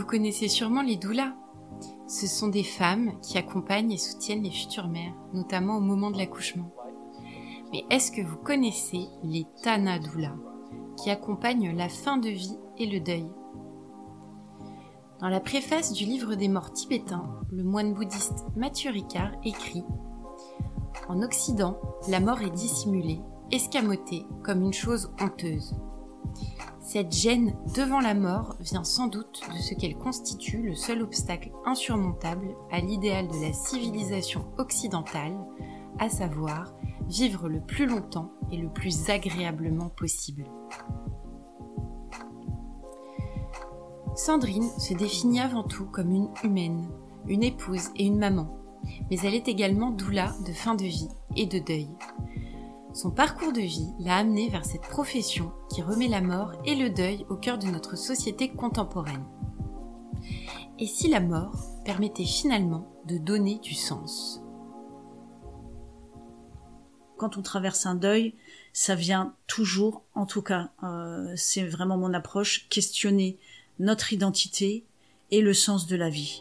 connaissez sûrement les doulas. Ce sont des femmes qui accompagnent et soutiennent les futures mères, notamment au moment de l'accouchement. Mais est-ce que vous connaissez les Tana doulas, qui accompagnent la fin de vie et le deuil? Dans la préface du livre des morts tibétains, le moine bouddhiste Mathieu Ricard écrit « En Occident, la mort est dissimulée, escamotée comme une chose honteuse. Cette gêne devant la mort vient sans doute de ce qu'elle constitue le seul obstacle insurmontable à l'idéal de la civilisation occidentale, à savoir vivre le plus longtemps et le plus agréablement possible. » Sandrine se définit avant tout comme une humaine, une épouse et une maman, mais elle est également doula de fin de vie et de deuil. Son parcours de vie l'a amenée vers cette profession qui remet la mort et le deuil au cœur de notre société contemporaine. Et si la mort permettait finalement de donner du sens ? Quand on traverse un deuil, ça vient toujours, en tout cas, c'est vraiment mon approche, questionner notre identité et le sens de la vie.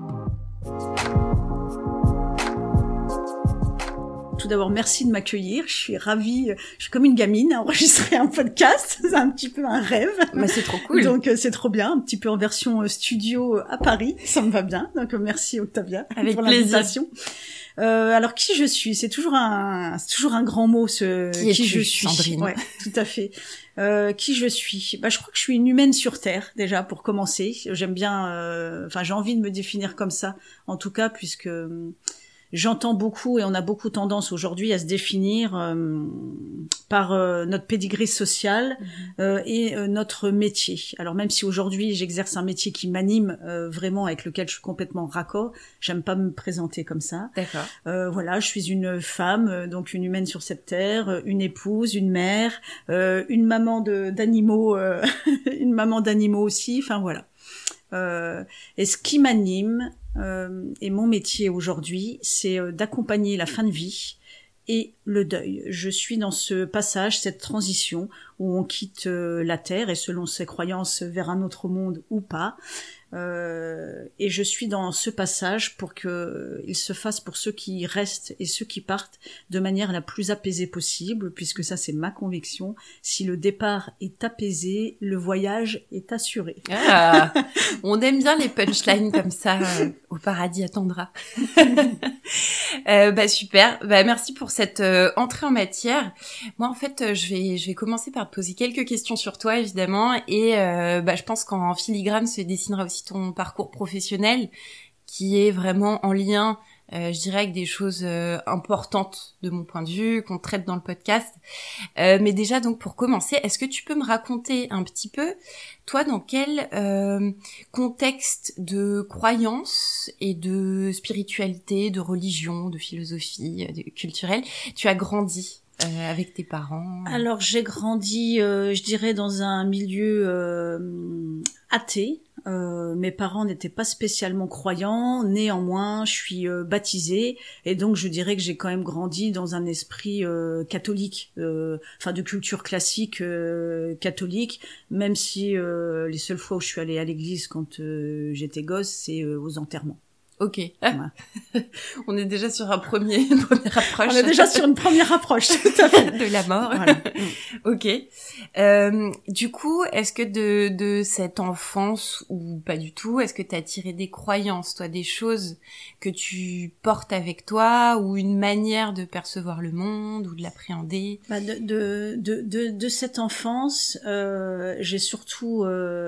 Tout d'abord, merci de m'accueillir. Je suis ravie. Je suis comme une gamine à enregistrer un podcast. C'est un petit peu un rêve. Mais c'est trop cool. Donc, c'est trop bien. Un petit peu en version studio à Paris. Ça me va bien. Donc, merci Octavia avec pour plaisir. l'invitation. Alors, qui je suis? C'est toujours un grand mot, qui je suis. Sandrine. Ouais, tout à fait. Qui je suis? Je crois que je suis une humaine sur Terre, déjà, pour commencer. J'aime bien, j'ai envie de me définir comme ça, en tout cas, puisque j'entends beaucoup et on a beaucoup tendance aujourd'hui à se définir par notre pédigré social et notre métier. Alors même si aujourd'hui j'exerce un métier qui m'anime vraiment, avec lequel je suis complètement raccord, j'aime pas me présenter comme ça. D'accord. Voilà, je suis une femme, donc une humaine sur cette terre, une épouse, une mère, une maman d'animaux, une maman d'animaux aussi. Enfin voilà. Et ce qui m'anime et mon métier aujourd'hui, c'est d'accompagner la fin de vie et le deuil. Je suis dans ce passage, cette transition où on quitte la terre et selon ses croyances vers un autre monde ou pas. Et je suis dans ce passage pour que il se fasse pour ceux qui restent et ceux qui partent de manière la plus apaisée possible, puisque ça c'est ma conviction. Si le départ est apaisé, le voyage est assuré. Ah, on aime bien les punchlines comme ça. Au paradis attendra. Super. Merci pour cette entrée en matière. Moi en fait, je vais commencer par te poser quelques questions sur toi évidemment, et je pense qu'en filigrane se dessinera aussi ton parcours professionnel qui est vraiment en lien, je dirais, avec des choses importantes de mon point de vue qu'on traite dans le podcast. Mais déjà, donc pour commencer, est-ce que tu peux me raconter un petit peu, toi, dans quel contexte de croyance et de spiritualité, de religion, de philosophie, culturelle, tu as grandi avec tes parents? Alors j'ai grandi, je dirais, dans un milieu athée. Mes parents n'étaient pas spécialement croyants, néanmoins je suis baptisée et donc je dirais que j'ai quand même grandi dans un esprit catholique, de culture classique catholique, même si les seules fois où je suis allée à l'église quand j'étais gosse, c'est aux enterrements. Ok. Ouais. On est déjà sur une première approche. On est déjà sur une première approche, tout à fait. De la mort. Voilà. Ok. Du coup, est-ce que de cette enfance, ou pas du tout, est-ce que tu as tiré des croyances, toi, des choses que tu portes avec toi, ou une manière de percevoir le monde, ou de l'appréhender? De cette enfance, j'ai surtout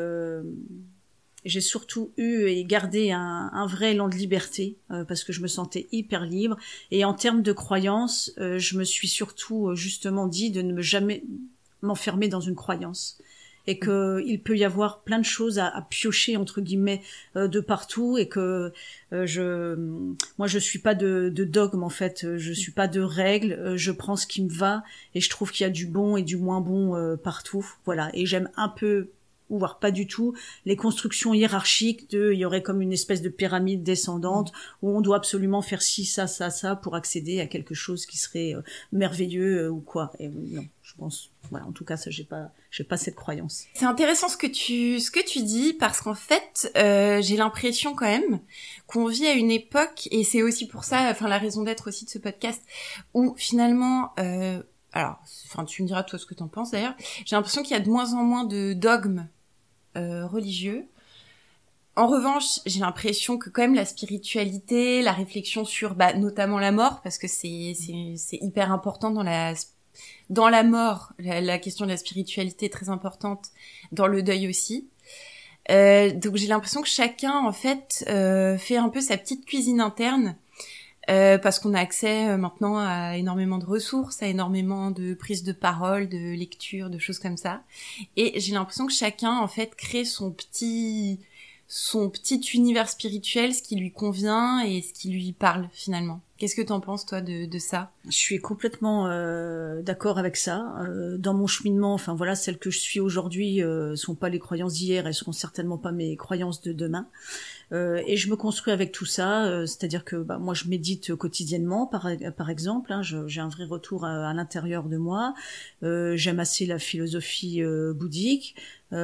eu et gardé un vrai élan de liberté, parce que je me sentais hyper libre. Et en termes de croyances, je me suis surtout justement dit de ne jamais m'enfermer dans une croyance. Et que il peut y avoir plein de choses à piocher, entre guillemets, de partout, et que moi je suis pas de dogme, en fait, je suis pas de règles, je prends ce qui me va, et je trouve qu'il y a du bon et du moins bon partout. Voilà. Et j'aime un peu beaucoup, voire pas du tout, les constructions hiérarchiques il y aurait comme une espèce de pyramide descendante où on doit absolument faire ci, ça, ça, ça pour accéder à quelque chose qui serait merveilleux ou quoi. Et non, je pense, voilà, en tout cas, ça, j'ai pas cette croyance. C'est intéressant ce que tu dis, parce qu'en fait, j'ai l'impression quand même qu'on vit à une époque, et c'est aussi pour ça, enfin, la raison d'être aussi de ce podcast, où finalement, alors, enfin, tu me diras toi ce que t'en penses d'ailleurs, j'ai l'impression qu'il y a de moins en moins de dogmes religieux. En revanche, j'ai l'impression que quand même la spiritualité, la réflexion sur, notamment la mort, parce que c'est hyper important dans la mort, la question de la spiritualité est très importante, dans le deuil aussi. Donc j'ai l'impression que chacun, en fait, fait un peu sa petite cuisine interne, parce qu'on a accès maintenant à énormément de ressources, à énormément de prises de parole, de lectures, de choses comme ça. Et j'ai l'impression que chacun, en fait, crée son petit univers spirituel, ce qui lui convient et ce qui lui parle finalement. Qu'est-ce que t'en penses toi de ça ? Je suis complètement d'accord avec ça. Dans mon cheminement, enfin voilà, celles que je suis aujourd'hui sont pas les croyances d'hier, elles seront certainement pas mes croyances de demain. Et je me construis avec tout ça, c'est-à-dire que moi je médite quotidiennement par exemple, hein, j'ai un vrai retour à l'intérieur de moi. J'aime assez la philosophie bouddhique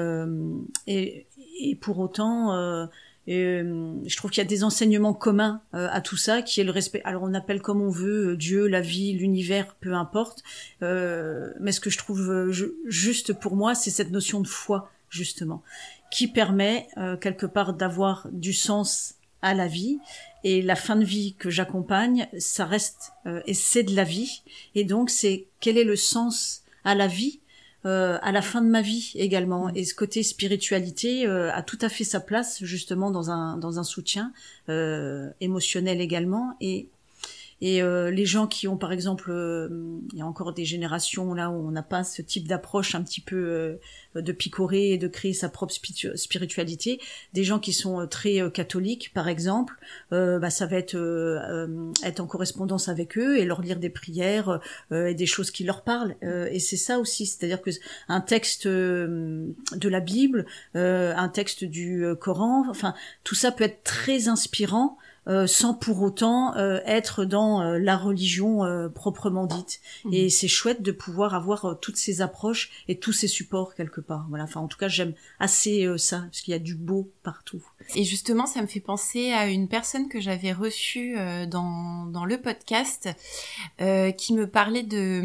et pour autant je trouve qu'il y a des enseignements communs à tout ça, qui est le respect. Alors on appelle comme on veut Dieu, la vie, l'univers, peu importe. Mais ce que je trouve juste pour moi, c'est cette notion de foi, justement, qui permet quelque part d'avoir du sens à la vie. Et la fin de vie que j'accompagne, ça reste et c'est de la vie. Et donc c'est quel est le sens à la vie à la fin de ma vie également. Et ce côté spiritualité a tout à fait sa place justement dans un soutien émotionnel également. Et les gens qui ont par exemple, il y a encore des générations là où on n'a pas ce type d'approche un petit peu de picorer et de créer sa propre spiritualité, des gens qui sont très catholiques par exemple, ça va être en correspondance avec eux et leur lire des prières et des choses qui leur parlent, et c'est ça aussi, c'est-à-dire que un texte de la Bible, un texte du Coran, enfin tout ça peut être très inspirant sans pour autant être dans la religion proprement dite. Et c'est chouette de pouvoir avoir toutes ces approches et tous ces supports quelque part. Voilà. Enfin, en tout cas, j'aime assez ça, parce qu'il y a du beau partout. Et justement, ça me fait penser à une personne que j'avais reçue dans le podcast, qui me parlait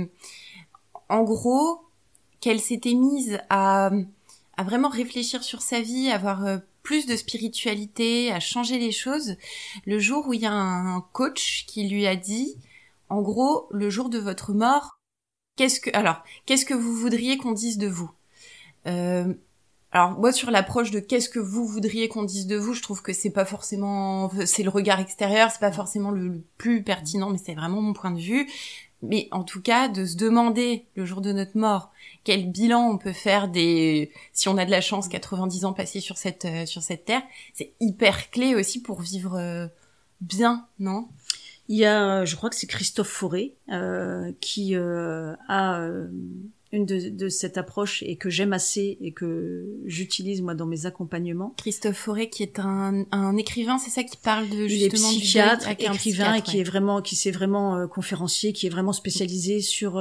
en gros, qu'elle s'était mise à vraiment réfléchir sur sa vie, à avoir plus de spiritualité, à changer les choses, le jour où il y a un coach qui lui a dit, en gros, le jour de votre mort, qu'est-ce que vous voudriez qu'on dise de vous ? Alors moi, sur l'approche de qu'est-ce que vous voudriez qu'on dise de vous, je trouve que c'est pas forcément, c'est le regard extérieur, c'est pas forcément le plus pertinent, mais c'est vraiment mon point de vue. Mais en tout cas, de se demander le jour de notre mort quel bilan on peut faire si on a de la chance, 90 ans passés sur cette terre, c'est hyper clé aussi pour vivre bien, non ? Il y a, je crois que c'est Christophe Fauré qui a une de cette approche et que j'aime assez et que j'utilise moi dans mes accompagnements. Christophe Fauré qui est un écrivain, c'est ça, qui parle de justement psychiatre, écrivain, et qui ouais. s'est vraiment conférencier, qui est vraiment spécialisé sur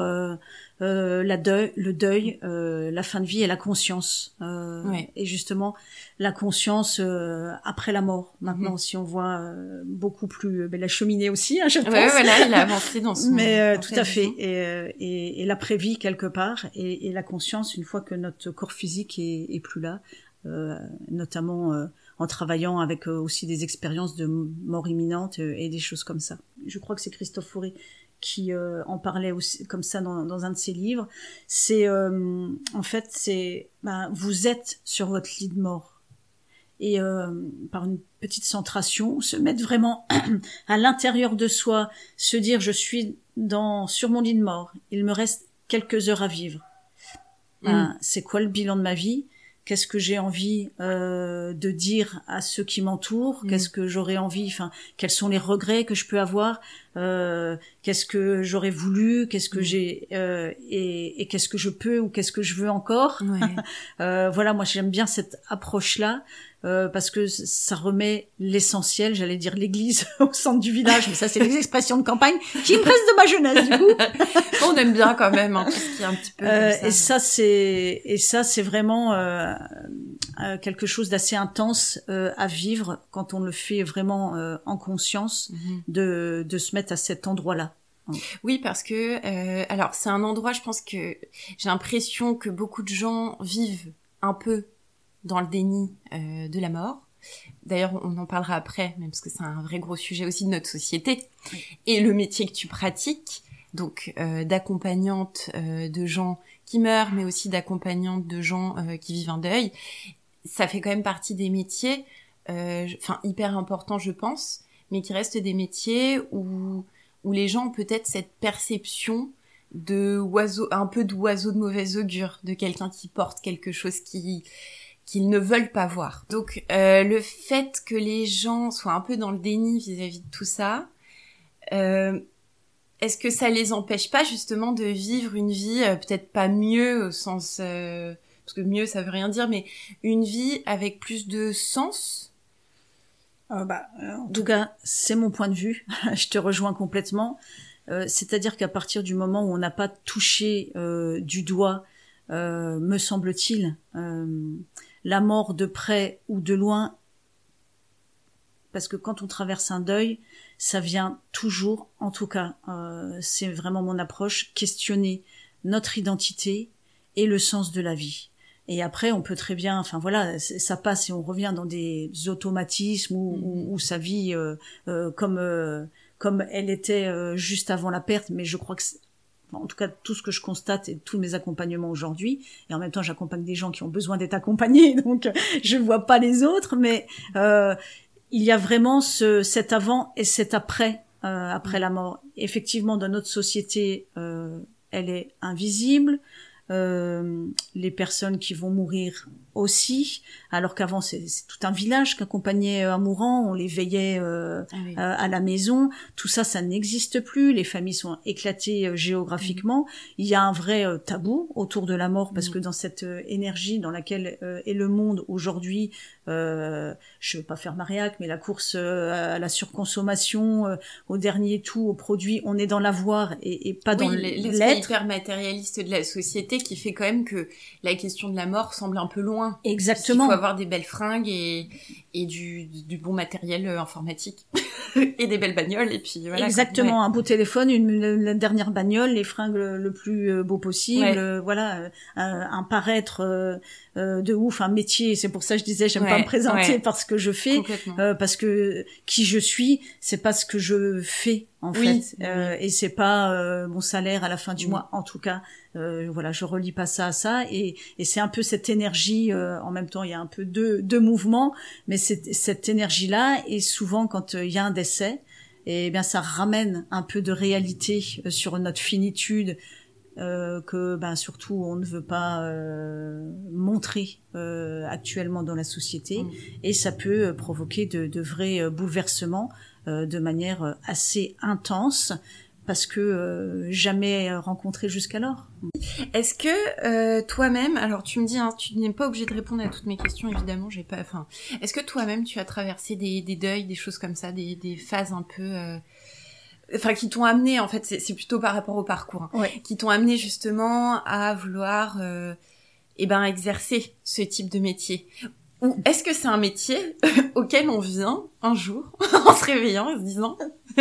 le deuil, la fin de vie et la conscience. Ouais. Et justement la conscience après la mort. Maintenant, si on voit beaucoup plus la cheminée aussi, hein, je pense. Ouais, voilà, il a avancé dans son. Mais tout à fait. Et l'après-vie quelque part, et la conscience une fois que notre corps physique est plus là, notamment en travaillant avec aussi des expériences de mort imminente et des choses comme ça. Je crois que c'est Christophe Fauré qui en parlait aussi comme ça dans un de ses livres. C'est en fait c'est vous êtes sur votre lit de mort, et par une petite centration, se mettre vraiment à l'intérieur de soi, se dire je suis sur mon lit de mort, il me reste quelques heures à vivre. C'est quoi le bilan de ma vie ? Qu'est-ce que j'ai envie de dire à ceux qui m'entourent ? Qu'est-ce que j'aurais envie, quels sont les regrets que je peux avoir ? qu'est-ce que j'aurais voulu, qu'est-ce que j'ai et qu'est-ce que je peux ou qu'est-ce que je veux encore. Voilà, moi j'aime bien cette approche-là. Parce que ça remet l'essentiel, j'allais dire l'église au centre du village, mais ça c'est les expressions de campagne qui me restent de ma jeunesse du coup. On aime bien quand même tout ce qui est un petit peu comme ça. Et ça c'est vraiment quelque chose d'assez intense à vivre quand on le fait vraiment en conscience de se mettre à cet endroit-là. Oui, parce que alors c'est un endroit, je pense que j'ai l'impression que beaucoup de gens vivent un peu dans le déni de la mort. D'ailleurs, on en parlera après, même parce que c'est un vrai gros sujet aussi de notre société. Oui. Et le métier que tu pratiques, donc d'accompagnante de gens qui meurent, mais aussi d'accompagnante de gens qui vivent un deuil, ça fait quand même partie des métiers, hyper importants, je pense, mais qui restent des métiers où les gens ont peut-être cette perception de un peu d'oiseau de mauvais augure, de quelqu'un qui porte quelque chose qu'ils ne veulent pas voir. Donc le fait que les gens soient un peu dans le déni vis-à-vis de tout ça, est-ce que ça les empêche pas justement de vivre une vie peut-être pas mieux au sens parce que mieux ça veut rien dire, mais une vie avec plus de sens? En tout cas, c'est mon point de vue. Je te rejoins complètement. C'est-à-dire qu'à partir du moment où on n'a pas touché du doigt, me semble-t-il, la mort de près ou de loin, parce que quand on traverse un deuil, ça vient toujours, en tout cas, c'est vraiment mon approche, questionner notre identité et le sens de la vie. Et après, on peut très bien, ça passe et on revient dans des automatismes où ça vit comme elle était juste avant la perte, mais je crois que en tout cas, tout ce que je constate et tous mes accompagnements aujourd'hui, et en même temps, j'accompagne des gens qui ont besoin d'être accompagnés, donc je vois pas les autres, mais il y a vraiment cet avant et cet après, après la mort. Effectivement, dans notre société, elle est invisible. Les personnes qui vont mourir aussi, alors qu'avant c'est tout un village qui accompagnait un mourant, on les veillait à la maison, tout ça, ça n'existe plus, les familles sont éclatées géographiquement, il y a un vrai tabou autour de la mort, parce que dans cette énergie dans laquelle est le monde aujourd'hui, je veux pas faire mariaque, mais la course à la surconsommation, au dernier tout, aux produits, on est dans l'avoir et pas dans l'être. Hyper matérialiste de la société qui fait quand même que la question de la mort semble un peu loin. Exactement. Il faut avoir des belles fringues et du bon matériel informatique et des belles bagnoles et puis voilà. Exactement, un beau téléphone, la dernière bagnole, les fringues le plus beau possible, voilà, un paraître de ouf, un métier. C'est pour ça que je disais j'aime pas me présenter parce que je fais, parce que qui je suis, c'est pas ce que je fais en fait, et c'est pas mon salaire à la fin du mois. En tout cas, voilà, je relie pas ça à ça, et c'est un peu cette énergie. En même temps, il y a un peu deux mouvements, mais cette énergie-là, et souvent quand il y a un décès, et bien ça ramène un peu de réalité sur notre finitude. Que surtout on ne veut pas montrer actuellement dans la société, et ça peut provoquer de vrais bouleversements de manière assez intense, parce que jamais rencontré jusqu'alors. Est-ce que toi-même, alors tu me dis, tu n'es pas obligé de répondre à toutes mes questions, évidemment, est-ce que toi-même tu as traversé des deuils, des choses comme ça, des phases un peu qui t'ont amené, en fait, c'est plutôt par rapport au parcours, qui t'ont amené justement à vouloir exercer ce type de métier? Ou est-ce que c'est un métier auquel on vient un jour en se réveillant et se disant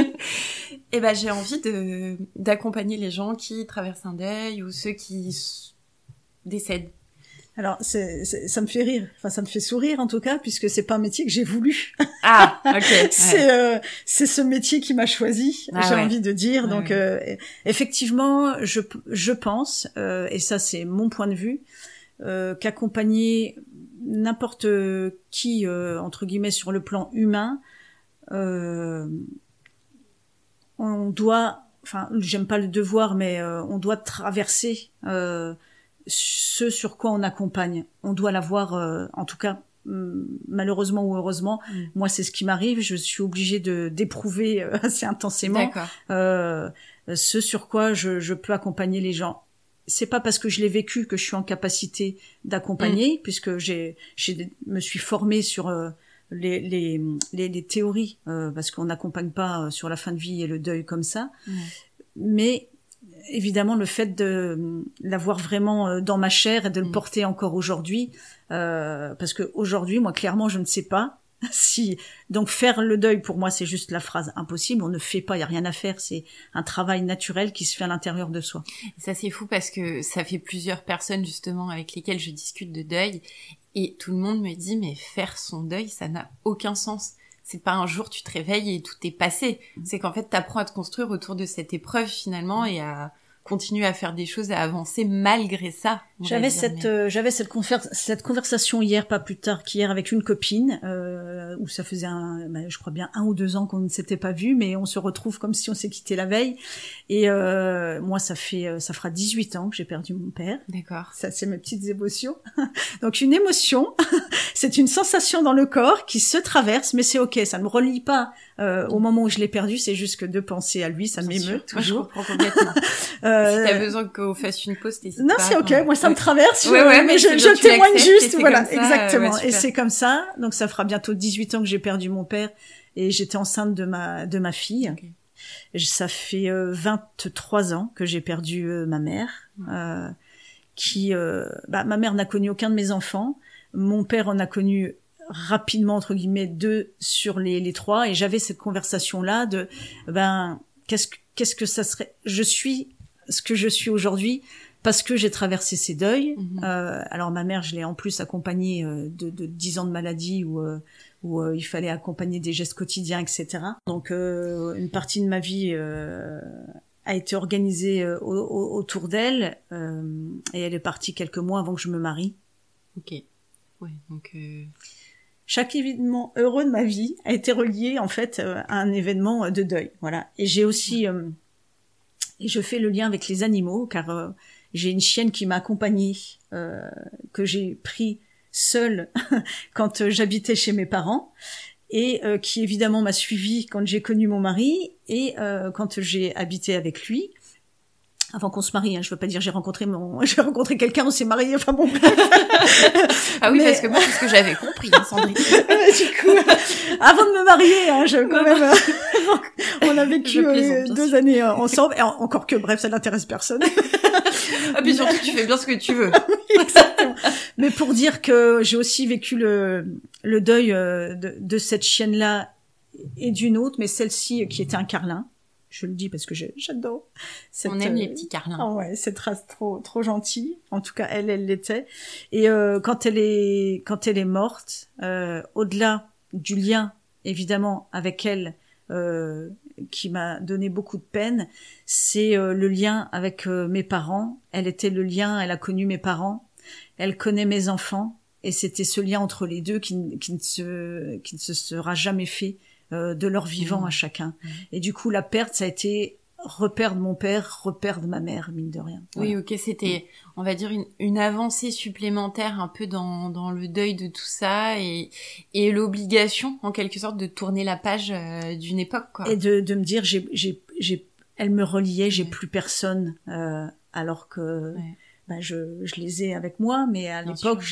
j'ai envie d'accompagner les gens qui traversent un deuil ou ceux qui décèdent? Alors, ça me fait rire. Enfin, ça me fait sourire, en tout cas, puisque c'est pas un métier que j'ai voulu. Ah, ok. C'est ce métier qui m'a choisi, j'ai envie de dire. Donc, effectivement, je pense, et ça, c'est mon point de vue, qu'accompagner n'importe qui, entre guillemets, sur le plan humain, on doit, j'aime pas le devoir, mais on doit traverser ce sur quoi on accompagne. On doit l'avoir, en tout cas malheureusement ou heureusement, moi c'est ce qui m'arrive, je suis obligée d'éprouver assez intensément ce sur quoi je peux accompagner les gens. C'est pas parce que je l'ai vécu que je suis en capacité d'accompagner, puisque me suis formée sur les théories, parce qu'on n'accompagne pas sur la fin de vie et le deuil comme ça. Mais évidemment, le fait de l'avoir vraiment dans ma chair et de le porter encore aujourd'hui, parce que aujourd'hui, moi, clairement, je ne sais pas si... Donc, faire le deuil, pour moi, c'est juste la phrase impossible. On ne fait pas, il n'y a rien à faire. C'est un travail naturel qui se fait à l'intérieur de soi. Ça, c'est fou parce que ça fait plusieurs personnes, justement, avec lesquelles je discute de deuil. Et tout le monde me dit, mais faire son deuil, ça n'a aucun sens. C'est pas un jour tu te réveilles et tout est passé. C'est qu'en fait, t'apprends à te construire autour de cette épreuve, finalement, et à continuer à faire des choses, à avancer malgré ça. J'avais cette conversation hier, pas plus tard qu'hier, avec une copine, où ça faisait je crois bien 1 ou 2 ans qu'on ne s'était pas vu, mais on se retrouve comme si on s'est quitté la veille. Et moi, ça fera 18 ans que j'ai perdu mon père. D'accord. Ça, c'est mes petites émotions. Donc une émotion, c'est une sensation dans le corps qui se traverse, mais c'est ok, ça ne me relie pas au moment où je l'ai perdu, c'est juste que de penser à lui, ça m'émeut toujours. Moi, je comprends complètement. Si t'as besoin qu'on fasse une pause, t'hésites pas. Non, c'est ok, moi ça me traverse, mais je témoigne juste, voilà, ça, exactement. Et c'est comme ça, donc ça fera bientôt 18 ans que j'ai perdu mon père, et j'étais enceinte de ma fille. Okay. Ça fait 23 ans que j'ai perdu ma mère, ma mère n'a connu aucun de mes enfants, mon père en a connu rapidement, entre guillemets, 2 sur les 3, et j'avais cette conversation-là de, qu'est-ce que ça serait, je suis ce que je suis aujourd'hui parce que j'ai traversé ces deuils. Alors ma mère, je l'ai en plus accompagnée de 10 ans de maladie où il fallait accompagner des gestes quotidiens, etc. Donc une partie de ma vie a été organisée autour d'elle, et elle est partie quelques mois avant que je me marie. Ok. Ouais, donc chaque événement heureux de ma vie a été relié en fait à un événement de deuil. Voilà. Et j'ai aussi et je fais le lien avec les animaux, car j'ai une chienne qui m'a accompagnée, que j'ai pris seule quand j'habitais chez mes parents, et qui évidemment m'a suivie quand j'ai connu mon mari, et quand j'ai habité avec lui. Avant qu'on se marie, je veux pas dire j'ai rencontré quelqu'un, on s'est mariés, enfin bon. Ah oui, parce que moi, c'est ce que j'avais compris, Sandrine. Du coup, avant de me marier, quand même, on a vécu 2 années ensemble, et encore que, bref, ça n'intéresse personne. Ah, puis surtout, tu fais bien ce que tu veux. Exactement. Mais pour dire que j'ai aussi vécu le deuil de cette chienne-là et d'une autre, mais celle-ci qui était un carlin. Je le dis parce que j'adore. On aime les petits carlins. Ah ouais, cette race trop gentille. En tout cas, elle l'était. Et quand elle est morte, au-delà du lien évidemment avec elle, qui m'a donné beaucoup de peine, c'est le lien avec mes parents. Elle était le lien. Elle a connu mes parents. Elle connaît mes enfants. Et c'était ce lien entre les deux qui ne se sera jamais fait de leur vivant à chacun. Et du coup, la perte, ça a été repère de mon père, repère de ma mère, mine de rien. Voilà. Oui, ok, c'était, on va dire, une avancée supplémentaire un peu dans le deuil de tout ça, et l'obligation, en quelque sorte, de tourner la page d'une époque, quoi. Et de me dire, elle me reliait, j'ai plus personne, alors que je les ai avec moi, mais à l'époque,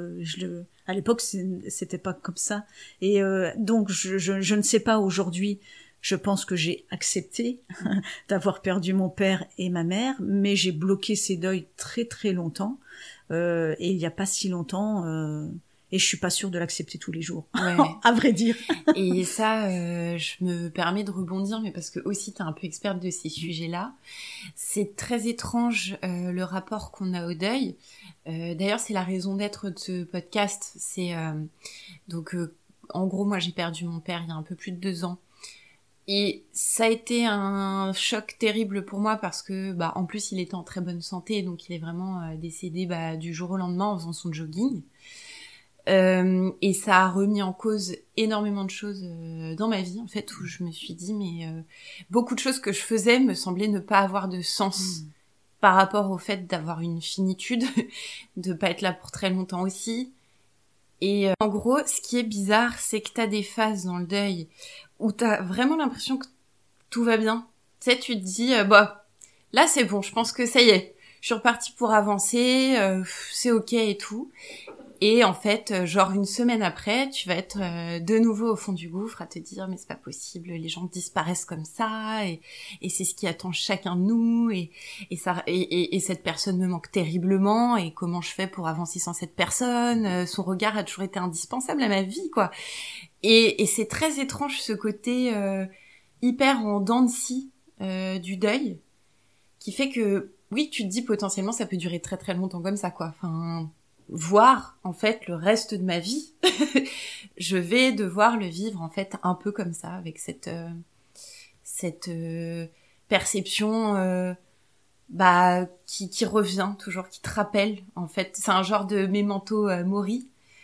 à l'époque, c'était pas comme ça. Et donc, je ne sais pas aujourd'hui. Je pense que j'ai accepté d'avoir perdu mon père et ma mère, mais j'ai bloqué ces deuils très très longtemps. Et il y a pas si longtemps, et je suis pas sûre de l'accepter tous les jours, à vrai dire. Et ça, je me permets de rebondir, mais parce que aussi t'es un peu experte de ces sujets-là. C'est très étrange le rapport qu'on a au deuil. D'ailleurs, c'est la raison d'être de ce podcast. C'est donc en gros, moi j'ai perdu mon père il y a un peu plus de 2 ans. Et ça a été un choc terrible pour moi parce que, en plus, il était en très bonne santé, donc il est vraiment décédé du jour au lendemain en faisant son jogging. Et ça a remis en cause énormément de choses dans ma vie, en fait, où je me suis dit, mais beaucoup de choses que je faisais me semblaient ne pas avoir de sens par rapport au fait d'avoir une finitude, de pas être là pour très longtemps aussi. Et en gros, ce qui est bizarre, c'est que t'as des phases dans le deuil où t'as vraiment l'impression que tout va bien. Tu sais, tu te dis, bah, là c'est bon, je pense que ça y est, je suis repartie pour avancer, c'est ok et tout. Et en fait, genre une semaine après, tu vas être de nouveau au fond du gouffre à te dire mais c'est pas possible, les gens disparaissent comme ça et c'est ce qui attend chacun de nous et cette personne me manque terriblement et comment je fais pour avancer sans cette personne, son regard a toujours été indispensable à ma vie quoi. Et c'est très étrange ce côté hyper en dents de scie du deuil qui fait que oui, tu te dis potentiellement ça peut durer très très longtemps comme ça quoi. Enfin voir en fait le reste de ma vie, je vais devoir le vivre en fait un peu comme ça avec cette perception qui revient toujours, qui te rappelle en fait, c'est un genre de memento mori.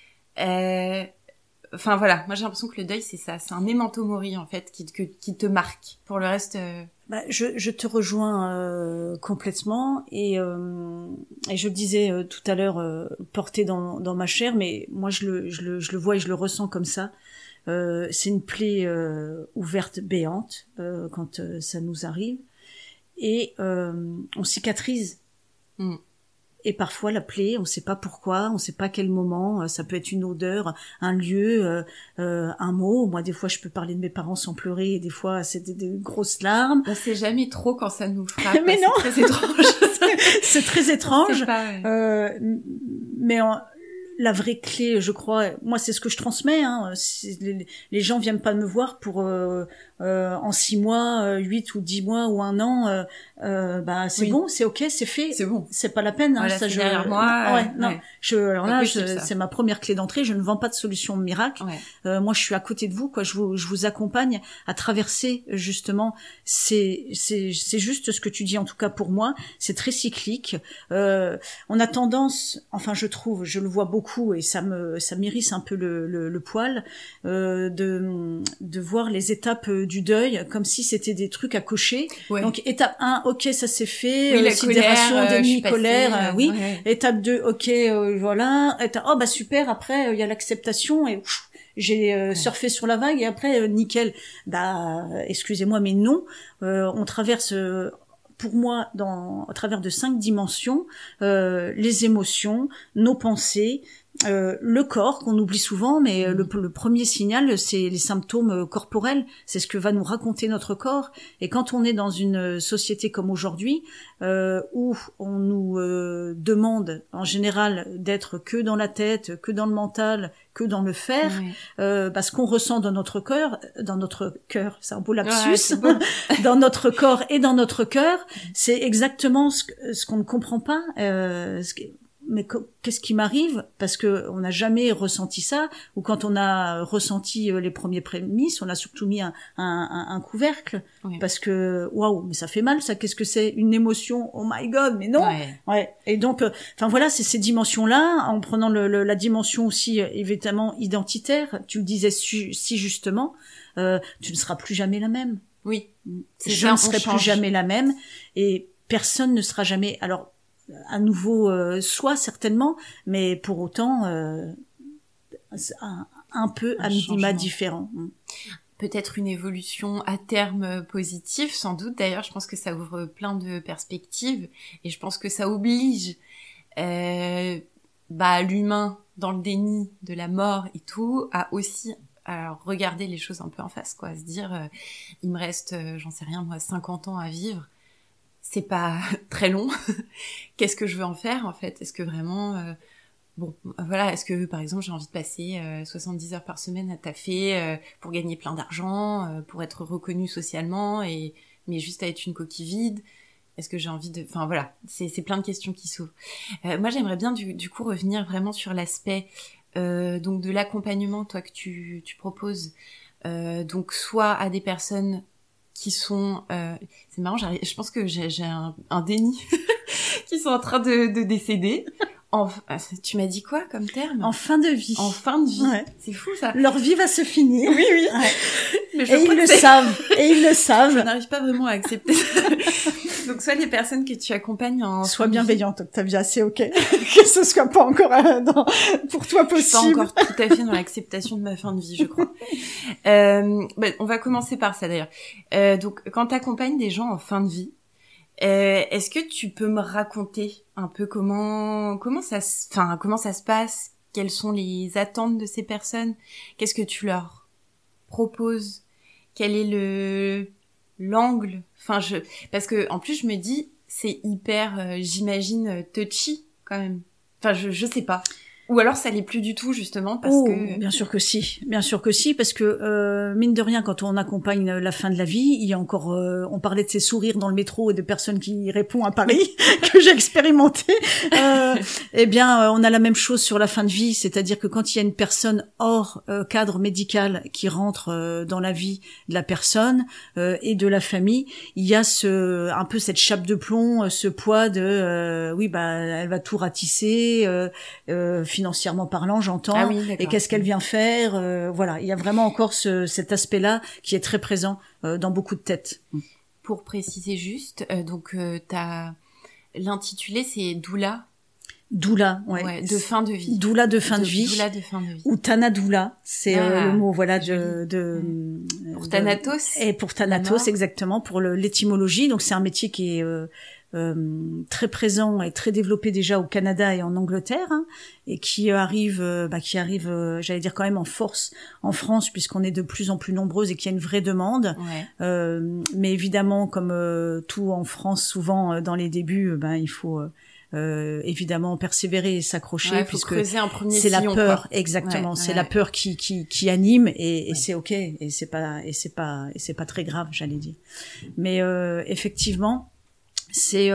Enfin voilà, moi j'ai l'impression que le deuil c'est ça, c'est un memento mori en fait qui te marque pour le reste. Je te rejoins complètement et je le disais tout à l'heure, porté dans ma chair, mais moi je le vois et je le ressens comme ça. C'est une plaie ouverte béante quand ça nous arrive et on cicatrise. Et parfois la plaie, on sait pas pourquoi, on sait pas quel moment, ça peut être une odeur, un lieu, un mot. Moi des fois je peux parler de mes parents sans pleurer et des fois c'est des grosses larmes. On sait jamais trop quand ça nous frappe. Mais non, c'est très étrange. C'est très étrange. Pas, ouais. Mais la vraie clé, je crois, moi c'est ce que je transmets. Les gens viennent pas me voir pour en 6 mois, 8 ou 10 mois ou 1 an. C'est bon, c'est ok, c'est fait. C'est bon. C'est pas la peine. Voilà, ça, c'est derrière moi. Non. Ouais. C'est ma première clé d'entrée. Je ne vends pas de solution miracle. Ouais. Moi, je suis à côté de vous, quoi. Je vous accompagne à traverser justement. C'est juste ce que tu dis. En tout cas pour moi, c'est très cyclique. On a tendance, enfin, je trouve, je le vois beaucoup et ça m'irrisse un peu le poil de voir les étapes du deuil comme si c'était des trucs à cocher. Ouais. Donc étape 1, ok, ça s'est fait, oui, sidération, déni, colère, oui. Ouais. Étape 2, ok, voilà. Super, après il y a l'acceptation et j'ai surfé sur la vague et après nickel. Excusez-moi mais non, on traverse pour moi à travers de 5 dimensions, les émotions, nos pensées, le corps qu'on oublie souvent, mais le premier signal, c'est les symptômes corporels, c'est ce que va nous raconter notre corps. Et quand on est dans une société comme aujourd'hui, où on nous demande en général d'être que dans la tête, que dans le mental, que dans le faire, ce qu'on ressent dans notre cœur, c'est un beau lapsus, dans notre corps et dans notre cœur, c'est exactement ce qu'on ne comprend pas. Mais qu'est-ce qui m'arrive parce que on n'a jamais ressenti ça, ou quand on a ressenti les premiers prémices, on a surtout mis un couvercle parce que waouh, mais ça fait mal ça, qu'est-ce que c'est une émotion, oh my god, mais non. Et donc voilà, c'est ces dimensions là, en prenant la dimension aussi évidemment identitaire, tu le disais si justement, tu ne seras plus jamais la même. Oui, je ne serai plus jamais la même et personne ne sera jamais, alors à nouveau soi certainement, mais pour autant un peu à minima différent. Peut-être une évolution à terme positive, sans doute. D'ailleurs, je pense que ça ouvre plein de perspectives et je pense que ça oblige l'humain dans le déni de la mort et tout à aussi regarder les choses un peu en face, quoi, à se dire il me reste j'en sais rien moi 50 ans à vivre. C'est pas très long. Qu'est-ce que je veux en faire, en fait? Est-ce que vraiment... est-ce que, par exemple, j'ai envie de passer 70 heures par semaine à taffer pour gagner plein d'argent, pour être reconnue socialement, mais juste à être une coquille vide? Est-ce que j'ai envie de... Enfin, voilà, c'est plein de questions qui s'ouvrent. Moi, j'aimerais bien, du coup, revenir vraiment sur l'aspect donc de l'accompagnement, toi, que tu proposes. Donc, soit à des personnes qui sont c'est marrant, je pense que j'ai un déni qui sont en train de décéder. Tu m'as dit quoi comme terme? En fin de vie. En fin de vie. Ouais. C'est fou ça. Leur vie va se finir. Oui. Ouais. Mais ils le savent. Et ils le savent. Je n'arrive pas vraiment à accepter ça. Donc soit les personnes que tu accompagnes en sois bienveillante, Octavia, c'est ok que ce soit pas encore pour toi possible. Je suis pas encore tout à fait dans l'acceptation de ma fin de vie, je crois. On va commencer par ça d'ailleurs. Donc quand tu accompagnes des gens en fin de vie, est-ce que tu peux me raconter un peu comment ça se passe? Quelles sont les attentes de ces personnes? Qu'est-ce que tu leur proposes? Quel est l'angle? Parce que en plus je me dis c'est hyper, j'imagine touchy quand même. Enfin je sais pas. Ou alors ça l'est plus du tout justement parce que bien sûr que si parce que mine de rien quand on accompagne la fin de la vie, il y a encore on parlait de ces sourires dans le métro et de personnes qui répondent à Paris que j'ai expérimenté. Eh bien on a la même chose sur la fin de vie, c'est-à-dire que quand il y a une personne hors cadre médical qui rentre dans la vie de la personne et de la famille, il y a un peu cette chape de plomb, ce poids de elle va tout ratisser financièrement parlant, j'entends. Ah oui, et qu'est-ce qu'elle vient faire voilà, il y a vraiment encore cet aspect-là qui est très présent dans beaucoup de têtes. Pour préciser juste, l'intitulé c'est doula. Doula, de fin de vie. Doula de fin de vie. Doula de fin de vie. Ou Thanadoula, c'est le mot pour Thanatos. Et pour Thanatos, exactement, pour l'étymologie. Donc c'est un métier qui est très présent et très développé déjà au Canada et en Angleterre, et qui arrive, j'allais dire quand même en force en France, puisqu'on est de plus en plus nombreuses et qu'il y a une vraie demande. Mais évidemment, comme tout en France, souvent dans les débuts, il faut évidemment persévérer et s'accrocher, puisque c'est la peur, exactement, c'est la peur qui anime, et c'est ok, et c'est pas très grave, j'allais dire. Mais effectivement, c'est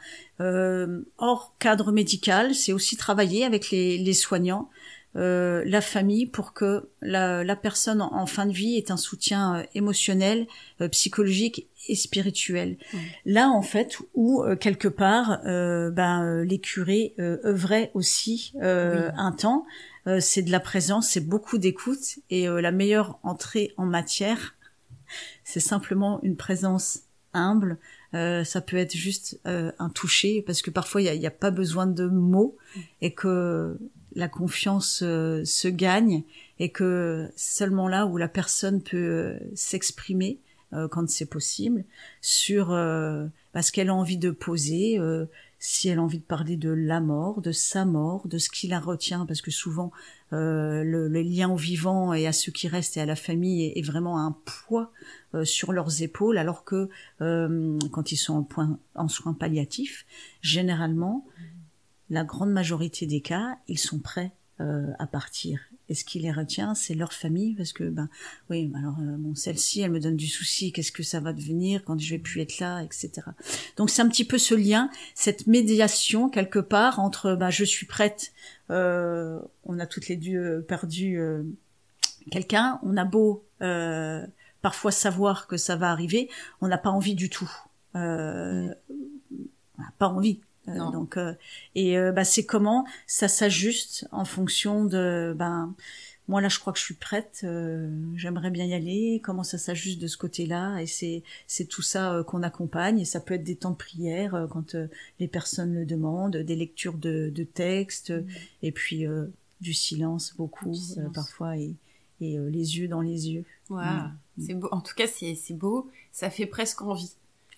hors cadre médical, c'est aussi travailler avec les soignants, la famille, pour que la personne en fin de vie ait un soutien émotionnel, psychologique et spirituel. Là, en fait, où quelque part, les curés œuvraient aussi un temps. C'est de la présence, c'est beaucoup d'écoute, et la meilleure entrée en matière, c'est simplement une présence humble. Ça peut être juste un toucher, parce que parfois il y a pas besoin de mots, et que la confiance se gagne, et que seulement là où la personne peut s'exprimer quand c'est possible sur ce qu'elle a envie de poser, si elle a envie de parler de la mort, de sa mort, de ce qui la retient, parce que souvent le lien au vivant et à ceux qui restent et à la famille est vraiment un poids sur leurs épaules, alors que quand ils sont en soins palliatifs, généralement, la grande majorité des cas, ils sont prêts à partir. Et ce qui les retient, c'est leur famille, parce que celle-ci, elle me donne du souci, qu'est-ce que ça va devenir quand je vais plus être là, etc. Donc c'est un petit peu ce lien, cette médiation quelque part entre je suis prête, on a toutes les deux perdu quelqu'un, on a beau parfois savoir que ça va arriver, on n'a pas envie du tout, on n'a pas envie. Donc c'est comment ça s'ajuste en fonction de moi là je crois que je suis prête, j'aimerais bien y aller, comment ça s'ajuste de ce côté-là, et c'est tout ça qu'on accompagne, et ça peut être des temps de prière quand les personnes le demandent, des lectures de textes, et puis du silence beaucoup parfois, et les yeux dans les yeux. C'est beau, en tout cas c'est beau, ça fait presque envie.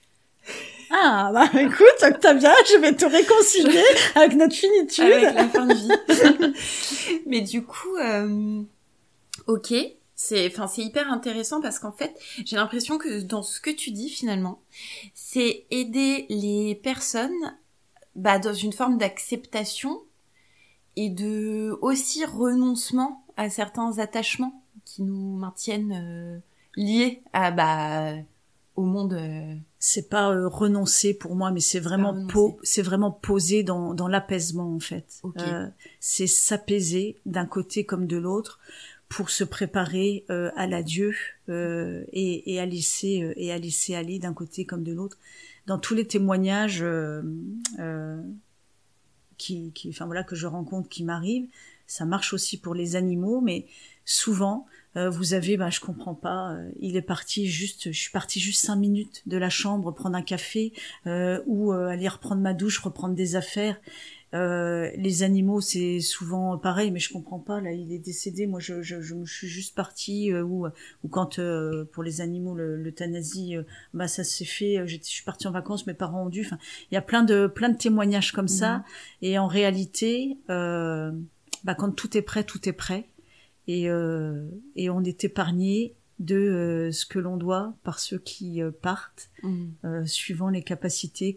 Écoute, Octavia, je vais te réconcilier avec notre finitude. Avec la fin de vie. Mais du coup, ok, c'est hyper intéressant, parce qu'en fait, j'ai l'impression que dans ce que tu dis finalement, c'est aider les personnes dans une forme d'acceptation et de aussi renoncement à certains attachements qui nous maintiennent liés au monde. C'est pas renoncer pour moi, mais c'est vraiment poser dans l'apaisement, en fait. C'est s'apaiser d'un côté comme de l'autre pour se préparer à l'adieu, et à laisser aller d'un côté comme de l'autre. Dans tous les témoignages que je rencontre, qui m'arrivent, ça marche aussi pour les animaux, mais souvent, vous avez, je comprends pas, je suis partie juste 5 minutes de la chambre, prendre un café, ou aller reprendre ma douche, reprendre des affaires. Les animaux, c'est souvent pareil, mais je comprends pas. Là, il est décédé. Moi, je me suis juste partie. Ou quand pour les animaux, l'euthanasie, ça s'est fait. Je suis partie en vacances, mes parents ont dû. Enfin, il y a plein de témoignages comme ça. Et en réalité, quand tout est prêt, tout est prêt. Et on est épargné de ce que l'on doit par ceux qui partent, suivant les capacités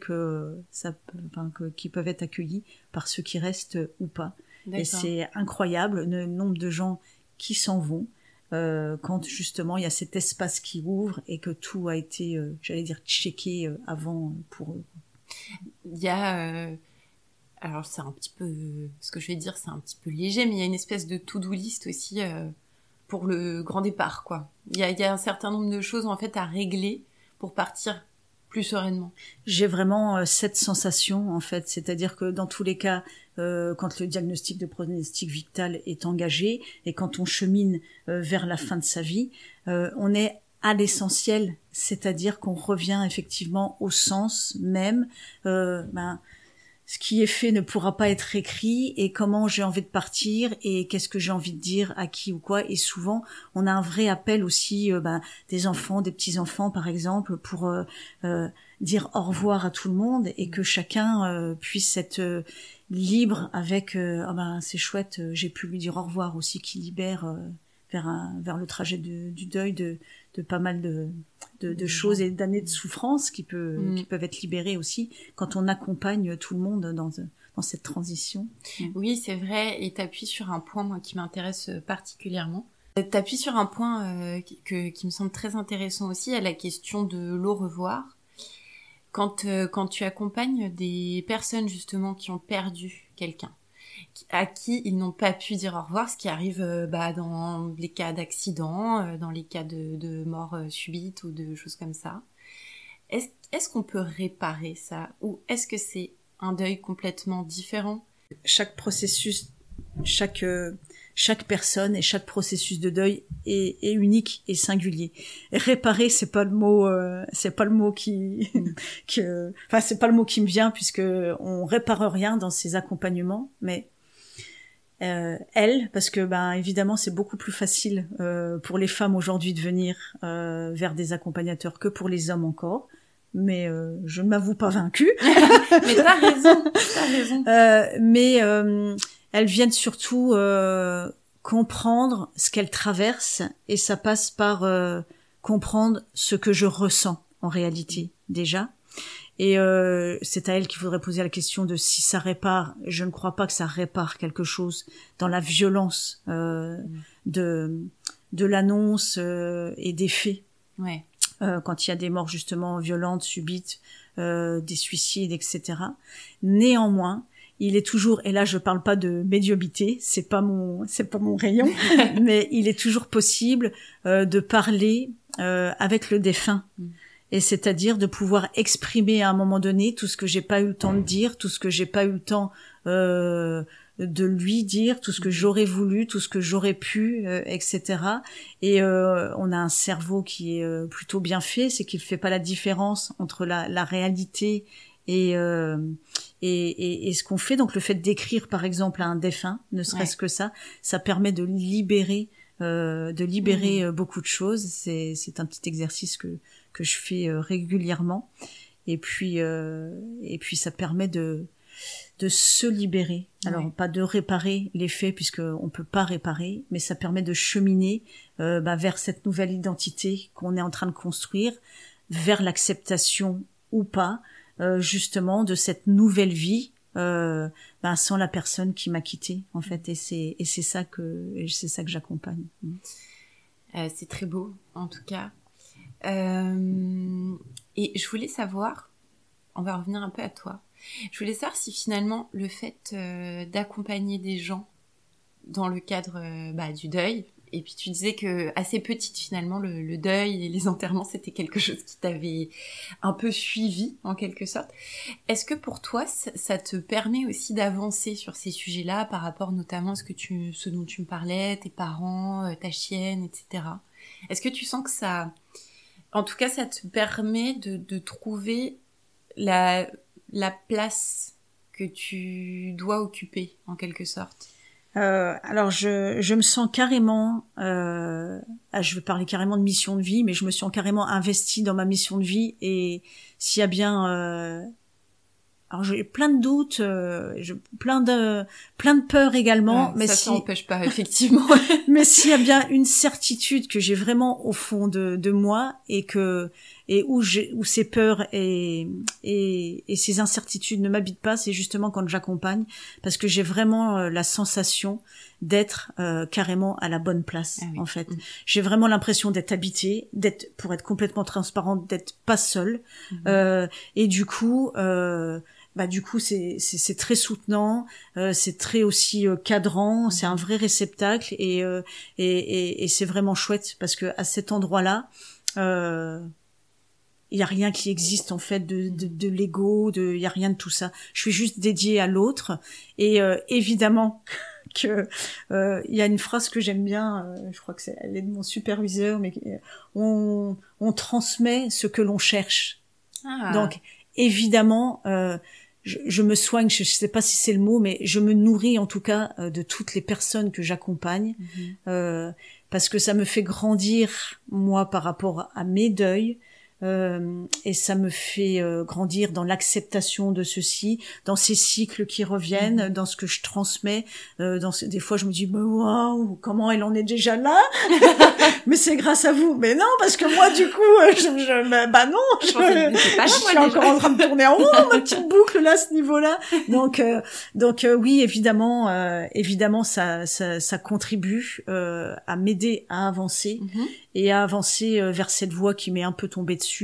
qui peuvent être accueillies par ceux qui restent ou pas. D'accord. Et c'est incroyable le nombre de gens qui s'en vont quand justement il y a cet espace qui ouvre et que tout a été, checké avant pour eux. Il y a... Alors c'est un petit peu... Ce que je vais dire, c'est un petit peu léger, mais il y a une espèce de to-do list aussi... pour le grand départ, quoi. Il y a un certain nombre de choses, en fait, à régler pour partir plus sereinement. J'ai vraiment cette sensation, en fait. C'est-à-dire que dans tous les cas, quand le diagnostic de pronostic vital est engagé et quand on chemine vers la fin de sa vie, on est à l'essentiel. C'est-à-dire qu'on revient effectivement au sens même, ce qui est fait ne pourra pas être écrit et comment j'ai envie de partir et qu'est-ce que j'ai envie de dire à qui ou quoi. Et souvent, on a un vrai appel aussi des enfants, des petits-enfants par exemple, pour dire au revoir à tout le monde et que chacun puisse être libre avec c'est chouette, j'ai pu lui dire au revoir aussi, qui libère vers le trajet du deuil de pas mal de choses et d'années de souffrance qui peuvent être libérées aussi quand on accompagne tout le monde dans cette transition. Oui, c'est vrai, et t'appuies sur un point, moi, qui m'intéresse particulièrement. T'appuies sur un point qui me semble très intéressant aussi, à la question de l'au revoir. Quand tu accompagnes des personnes, justement, qui ont perdu quelqu'un, à qui ils n'ont pas pu dire au revoir, ce qui arrive dans les cas d'accident, dans les cas de mort subite ou de choses comme ça. Est-ce qu'on peut réparer ça, ou est-ce que c'est un deuil complètement différent? Chaque processus, chaque personne et chaque processus de deuil est unique et singulier. Et réparer, c'est pas le mot c'est pas le mot qui me vient, puisque on répare rien dans ces accompagnements, mais parce que évidemment c'est beaucoup plus facile pour les femmes aujourd'hui de venir vers des accompagnateurs que pour les hommes encore. Mais je ne m'avoue pas vaincue. Mais t'as raison. Mais elles viennent surtout comprendre ce qu'elles traversent, et ça passe par comprendre ce que je ressens en réalité déjà. Et c'est à elle qu'il faudrait poser la question de si ça répare. Je ne crois pas que ça répare quelque chose dans la violence de l'annonce et des faits. Ouais. Quand il y a des morts justement violentes, subites, des suicides, etc. Néanmoins, il est toujours, et là je parle pas de médiumnité, c'est pas mon rayon, mais il est toujours possible de parler avec le défunt. Et c'est-à-dire de pouvoir exprimer à un moment donné tout ce que j'ai pas eu le temps de dire, tout ce que j'ai pas eu le temps de lui dire, tout ce que j'aurais voulu, tout ce que j'aurais pu, etc. Et on a un cerveau qui est plutôt bien fait, c'est qu'il fait pas la différence entre la réalité et ce qu'on fait. Donc le fait d'écrire par exemple à un défunt, ne serait-ce que ça permet de libérer beaucoup de choses. C'est un petit exercice que je fais régulièrement, et puis ça permet de se libérer. Alors pas de réparer les faits, puisque on peut pas réparer, mais ça permet de cheminer vers cette nouvelle identité qu'on est en train de construire, vers l'acceptation ou pas justement de cette nouvelle vie sans la personne qui m'a quittée en fait. Et c'est ça que j'accompagne. C'est très beau en tout cas. Et je voulais savoir, on va revenir un peu à toi, je voulais savoir si finalement le fait d'accompagner des gens dans le cadre du deuil Et puis tu disais que assez petite finalement le deuil et les enterrements c'était quelque chose qui t'avait un peu suivi en quelque sorte. Est-ce que pour toi ça te permet aussi d'avancer sur ces sujets-là par rapport notamment à ce dont tu me parlais, tes parents, ta chienne, etc. Est-ce que tu sens que ça, en tout cas ça te permet de trouver la place que tu dois occuper en quelque sorte? Alors je me sens carrément, je veux parler carrément de mission de vie, mais je me sens carrément investie dans ma mission de vie, et s'il y a bien, alors j'ai plein de doutes, plein de peurs également, mais ça n'empêche pas effectivement. Mais s'il y a bien une certitude que j'ai vraiment au fond de moi, et où ces peurs et ces incertitudes ne m'habitent pas, c'est justement quand j'accompagne, parce que j'ai vraiment la sensation d'être carrément à la bonne place. Ah oui. En fait. J'ai vraiment l'impression d'être habitée, pour être complètement transparente, d'être pas seule. Et du coup c'est très soutenant, c'est très aussi cadrant, c'est un vrai réceptacle, et c'est vraiment chouette, parce que à cet endroit-là, il y a rien qui existe en fait de l'ego, il y a rien de tout ça. Je suis juste dédiée à l'autre, et évidemment que il y a une phrase que j'aime bien, je crois que elle est de mon superviseur, mais on transmet ce que l'on cherche. Donc évidemment, je me soigne, je sais pas si c'est le mot, mais je me nourris en tout cas de toutes les personnes que j'accompagne, parce que ça me fait grandir moi par rapport à mes deuils, et ça me fait grandir dans l'acceptation de ceci, dans ces cycles qui reviennent, dans ce que je transmets. Des fois, je me dis, waouh, comment elle en est déjà là? Mais c'est grâce à vous. Mais non, parce que moi, du coup, non, je suis encore en train de tourner en rond, ma petite boucle là, à ce niveau-là. Donc, oui, évidemment, ça contribue à m'aider à avancer, et à avancer vers cette voie qui m'est un peu tombée dessus.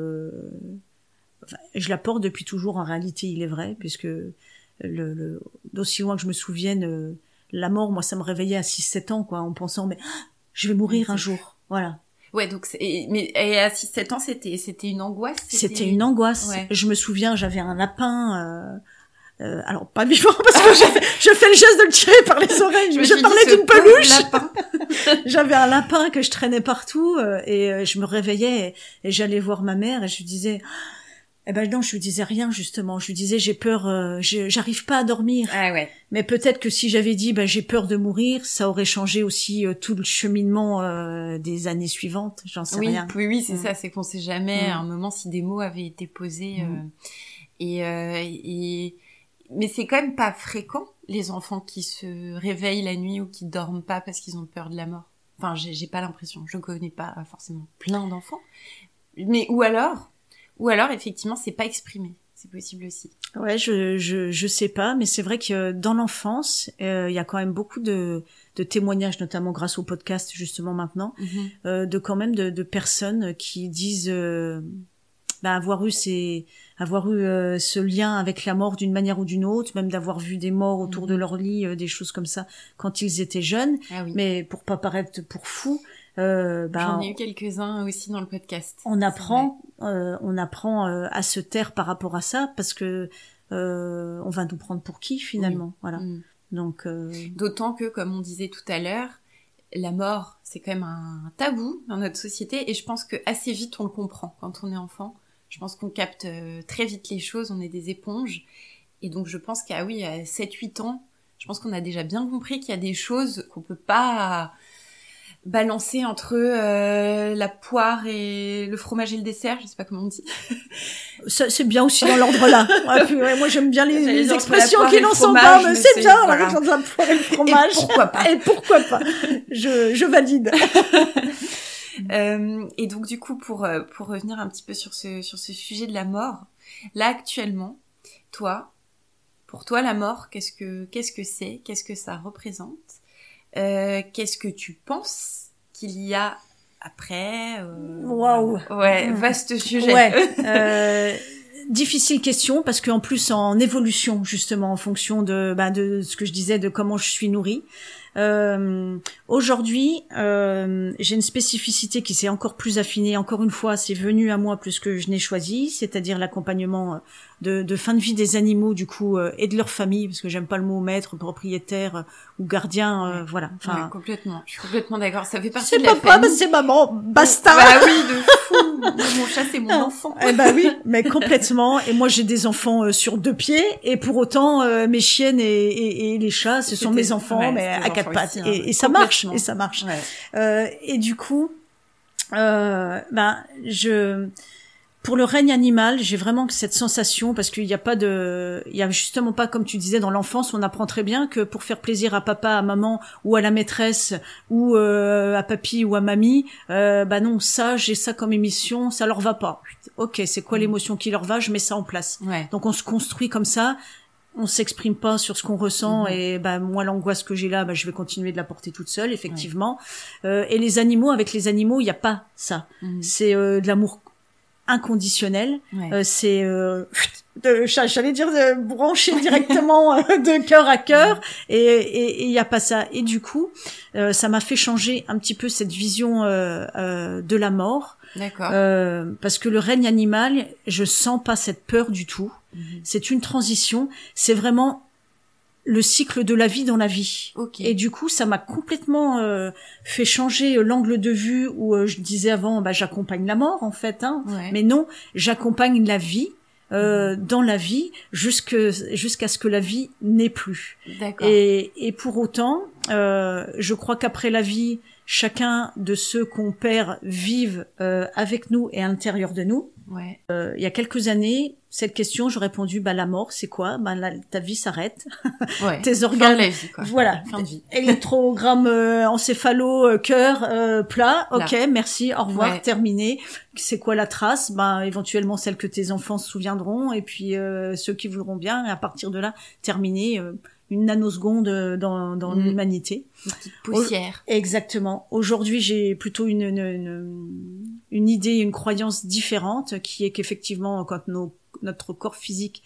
Je la porte depuis toujours, en réalité, il est vrai, puisque d'aussi loin que je me souvienne, la mort, moi, ça me réveillait à 6-7 ans, quoi, en pensant, mais je vais mourir un jour, voilà. Ouais, donc mais à 6-7 ans, c'était une angoisse. C'était une angoisse. Ouais. Je me souviens, j'avais un lapin. Alors pas vivant, parce que je fais le geste de le tirer par les oreilles. Je parlais d'une peluche. J'avais un lapin que je traînais partout, et je me réveillais et j'allais voir ma mère et je lui disais, non, je lui disais rien, justement. Je lui disais, j'ai peur, j'arrive pas à dormir. Ah ouais. Mais peut-être que si j'avais dit, j'ai peur de mourir, ça aurait changé aussi tout le cheminement des années suivantes. J'en sais rien. Oui, c'est ça, c'est qu'on sait jamais à un moment si des mots avaient été posés. Mais c'est quand même pas fréquent, les enfants qui se réveillent la nuit ou qui dorment pas parce qu'ils ont peur de la mort. Enfin, j'ai pas l'impression. Je connais pas forcément plein d'enfants. Mais ou alors, effectivement, c'est pas exprimé. C'est possible aussi. Ouais, je sais pas, mais c'est vrai que dans l'enfance, il y a quand même beaucoup de témoignages, notamment grâce au podcast, justement, maintenant, de personnes qui disent, avoir eu ce lien avec la mort d'une manière ou d'une autre, même d'avoir vu des morts autour de leur lit, des choses comme ça, quand ils étaient jeunes. Ah oui. Mais pour pas paraître pour fou, j'en ai eu quelques-uns aussi dans le podcast. On apprend à se taire par rapport à ça, parce que on va nous prendre pour qui finalement, voilà. Donc d'autant que, comme on disait tout à l'heure, la mort, c'est quand même un tabou dans notre société, et je pense que assez vite on le comprend quand on est enfant. Je pense qu'on capte très vite les choses, on est des éponges. Et donc je pense qu'à 7-8 ans, je pense qu'on a déjà bien compris qu'il y a des choses qu'on peut pas balancer entre la poire et le fromage et le dessert, je sais pas comment on dit. Ça, c'est bien aussi dans l'ordre là. Ouais, moi j'aime bien les expressions qui n'en sont pas, mais c'est bien, voilà. Genre de la poire et le fromage. Et pourquoi pas. Je valide. Et donc du coup, pour revenir un petit peu sur ce sujet de la mort, là actuellement, pour toi la mort, qu'est-ce que c'est, qu'est-ce que ça représente, qu'est-ce que tu penses qu'il y a après? Waouh. Ouais, vaste sujet. Ouais. difficile question parce qu'en plus en évolution justement en fonction de ce que je disais de comment je suis nourrie. Aujourd'hui, j'ai une spécificité qui s'est encore plus affinée. Encore une fois, c'est venu à moi plus que je n'ai choisi, c'est-à-dire l'accompagnement de fin de vie des animaux, du coup, et de leur famille, parce que j'aime pas le mot maître, propriétaire ou gardien, voilà. Enfin, complètement. Je suis complètement d'accord. Ça fait partie de la famille. C'est papa, c'est maman, basta. Bah oui, de fou. Mon chat, c'est mon enfant. Eh ben oui, mais complètement. Et moi, j'ai des enfants sur 2 pieds, et pour autant, mes chiennes et les chats, ce sont mes enfants, mais à 4 pattes. Aussi, et ça marche, et ça marche. Ouais. Et du coup, pour le règne animal, j'ai vraiment cette sensation parce qu'il y a justement pas, comme tu disais, dans l'enfance, on apprend très bien que pour faire plaisir à papa, à maman ou à la maîtresse ou à papy ou à mamie, non, ça, j'ai ça comme émission, ça leur va pas. Ok, c'est quoi l'émotion qui leur va? Je mets ça en place. Ouais. Donc on se construit comme ça. On s'exprime pas sur ce qu'on ressent et moi l'angoisse que j'ai là, je vais continuer de la porter toute seule, effectivement. Et les animaux, avec les animaux, il y a pas ça. C'est de l'amour inconditionnel. C'est j'allais dire de brancher directement de cœur à cœur et il y a pas ça. Et du coup, ça m'a fait changer un petit peu cette vision de la mort. D'accord. Parce que le règne animal, je sens pas cette peur du tout. C'est une transition. C'est vraiment le cycle de la vie dans la vie. Okay. Et du coup, ça m'a complètement fait changer l'angle de vue où je disais avant, j'accompagne la mort en fait. Mais non, j'accompagne la vie. Dans la vie jusqu'à ce que la vie n'ait plus. D'accord. Et pour autant, je crois qu'après la vie, chacun de ceux qu'on perd vivent avec nous et à l'intérieur de nous. Ouais. Il y a quelques années, cette question, j'ai répondu la mort, c'est quoi? Ta vie s'arrête. Ouais. Tes organes, fin de la vie, quoi. Voilà. Fin de vie. Électrogramme encéphalo, cœur plat. Ok, merci, au revoir, terminé. C'est quoi la trace? Éventuellement celle que tes enfants se souviendront, et puis ceux qui voudront bien. Et à partir de là, terminé. Une nanoseconde dans l'humanité. Une petite poussière. Exactement. Aujourd'hui, j'ai plutôt une idée, une croyance différente, qui est qu'effectivement, quand notre corps physique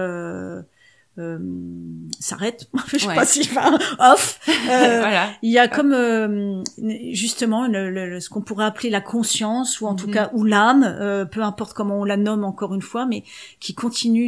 s'arrête, je sais pas si off. Voilà. Il y a comme justement ce qu'on pourrait appeler la conscience, ou en tout cas ou l'âme, peu importe comment on la nomme encore une fois, mais qui continue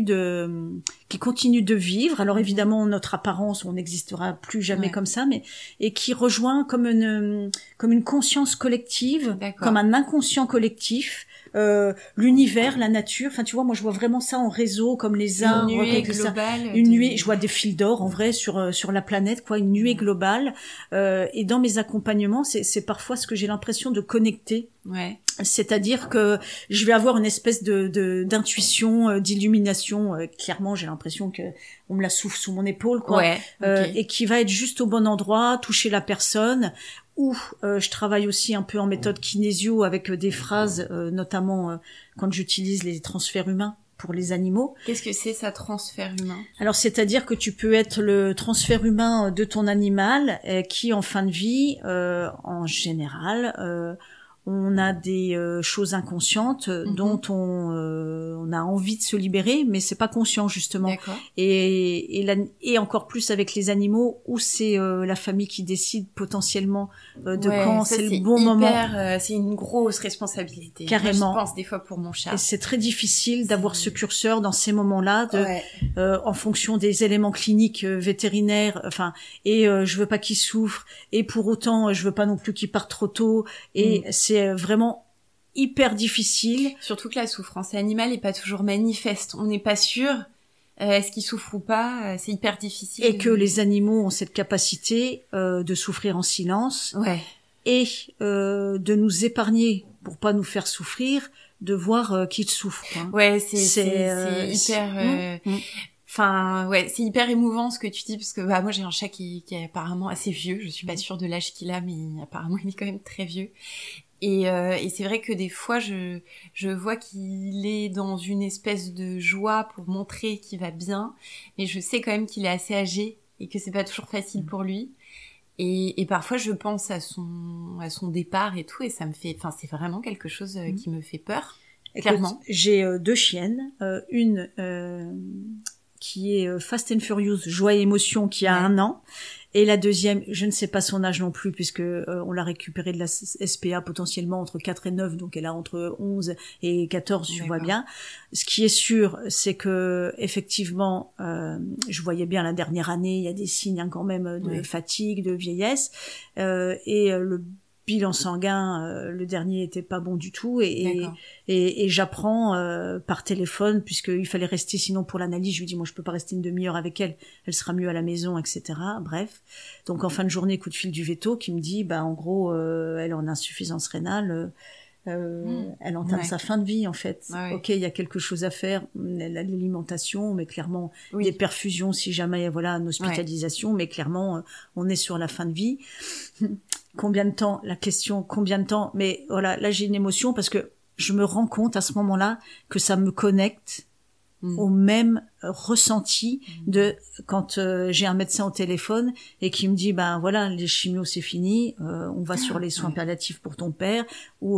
de vivre. Alors évidemment, notre apparence, on n'existera plus jamais comme ça, mais et qui rejoint comme une conscience collective, comme un inconscient collectif. L'univers, la nature, enfin tu vois, moi je vois vraiment ça en réseau, comme les arbres, une nuée globale, une nuée, je vois des fils d'or en vrai sur la planète, quoi, une nuée globale. Et dans mes accompagnements, c'est parfois ce que j'ai l'impression de connecter. Ouais. C'est-à-dire que je vais avoir une espèce d'intuition, d'illumination. Clairement, j'ai l'impression que on me la souffle sous mon épaule, quoi. Ouais, et qui va être juste au bon endroit, toucher la personne. Ou je travaille aussi un peu en méthode kinésio avec des phrases, notamment quand j'utilise les transferts humains pour les animaux. Qu'est-ce que c'est ça, transfert humain? Alors c'est-à-dire que tu peux être le transfert humain de ton animal qui en fin de vie, en général, on a des choses inconscientes dont on a envie de se libérer, mais c'est pas conscient justement. D'accord. Et encore plus avec les animaux où c'est la famille qui décide potentiellement de quand c'est le bon moment. C'est une grosse responsabilité. Carrément. Moi, je pense des fois pour mon chat. Et c'est très difficile d'avoir ce curseur dans ces moments-là, en fonction des éléments cliniques vétérinaires. Enfin, et je veux pas qu'il souffre, et pour autant je veux pas non plus qu'il parte trop tôt. Et c'est vraiment hyper difficile. Surtout que la souffrance animale est pas toujours manifeste. On n'est pas sûr est-ce qu'il souffre ou pas. C'est hyper difficile. Et que les animaux ont cette capacité de souffrir en silence. Ouais. Et de nous épargner pour pas nous faire souffrir, de voir qu'ils souffrent. Hein. Ouais, c'est hyper... Enfin, ouais, c'est hyper émouvant ce que tu dis, parce que moi j'ai un chat qui est apparemment assez vieux. Je suis pas sûre de l'âge qu'il a, mais apparemment il est quand même très vieux. Et c'est vrai que des fois je vois qu'il est dans une espèce de joie pour montrer qu'il va bien, mais je sais quand même qu'il est assez âgé et que c'est pas toujours facile pour lui. Et parfois je pense à son départ et tout, et ça me fait, enfin c'est vraiment quelque chose qui me fait peur. Écoute, clairement. J'ai 2 chiennes, une qui est Fast and Furious, joie et émotion, qui a 1 an, et la deuxième, je ne sais pas son âge non plus, puisque on l'a récupérée de la SPA potentiellement entre 4 et 9, donc elle a entre 11 et 14, tu vois bien. Ce qui est sûr, c'est que effectivement, je voyais bien la dernière année, il y a des signes quand même de fatigue, de vieillesse, et le bilan sanguin, le dernier était pas bon du tout, et j'apprends par téléphone, puisqu'il fallait rester sinon pour l'analyse. Je lui dis, moi je peux pas rester une demi-heure avec elle, elle sera mieux à la maison, etc. Bref, donc en fin de journée, coup de fil du veto qui me dit, en gros, elle est en insuffisance rénale, elle entame sa fin de vie en fait. Ok, il y a quelque chose à faire, l'alimentation, mais clairement des perfusions si jamais une hospitalisation, mais clairement on est sur la fin de vie. Combien de temps? La question, combien de temps? Mais voilà, là j'ai une émotion parce que je me rends compte à ce moment-là que ça me connecte au même ressenti de quand j'ai un médecin au téléphone et qui me dit les chimios c'est fini, on va sur les soins palliatifs pour ton père, ou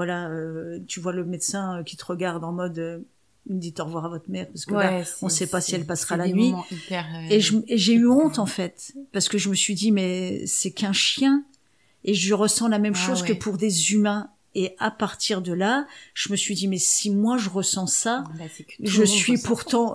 tu vois le médecin qui te regarde en mode dites au revoir à votre mère parce que là on sait pas si elle passera la nuit, et j'ai eu honte en fait parce que je me suis dit mais c'est qu'un chien. Et je ressens la même chose que pour des humains. Et à partir de là, je me suis dit, mais si moi je ressens ça, je suis pourtant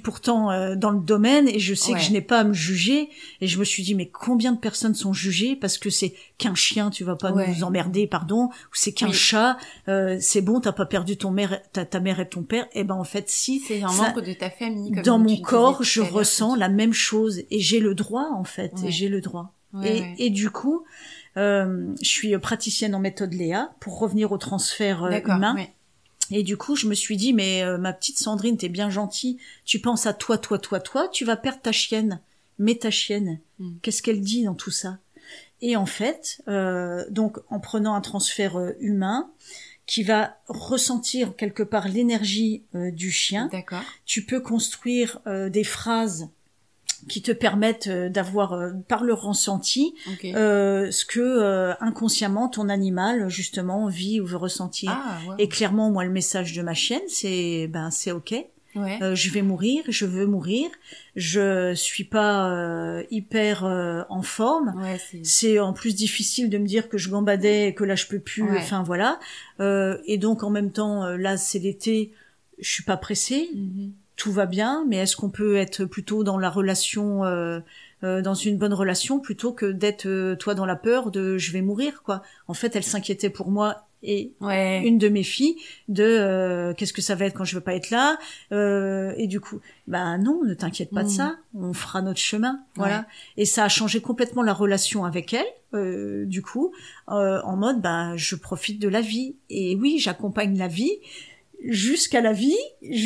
dans le domaine et je sais que je n'ai pas à me juger. Et je me suis dit, mais combien de personnes sont jugées parce que c'est qu'un chien, tu vas pas nous emmerder, pardon, ou c'est qu'un chat, c'est bon, t'as pas perdu ta mère et ton père. Et en fait, si. C'est un membre de ta famille. Comme dans mon corps, je ressens la même chose et j'ai le droit, en fait, et j'ai le droit. Et du coup, je suis praticienne en méthode Léa pour revenir au transfert humain. Et du coup, je me suis dit, mais ma petite Sandrine, t'es bien gentille. Tu penses à toi, tu vas perdre ta chienne. Mais ta chienne, qu'est-ce qu'elle dit dans tout ça? Et en fait, donc en prenant un transfert humain qui va ressentir quelque part l'énergie du chien, tu peux construire des phrases qui te permettent d'avoir par le ressenti ce que inconsciemment ton animal justement vit ou veut ressentir. Et clairement moi le message de ma chienne c'est ok, je vais mourir, je veux mourir, je suis pas hyper en forme, c'est en plus difficile de me dire que je gambadais et que là je peux plus, enfin voilà, et donc en même temps là c'est l'été, je suis pas pressée. Tout va bien, mais est-ce qu'on peut être plutôt dans la relation, dans une bonne relation, plutôt que d'être toi dans la peur de je vais mourir quoi. En fait, elle s'inquiétait pour moi et une de mes filles de qu'est-ce que ça va être quand je vais pas être là, et du coup non, ne t'inquiète pas de ça, on fera notre chemin, voilà. Et ça a changé complètement la relation avec elle, du coup, en mode je profite de la vie, et oui, j'accompagne la vie jusqu'à la vie,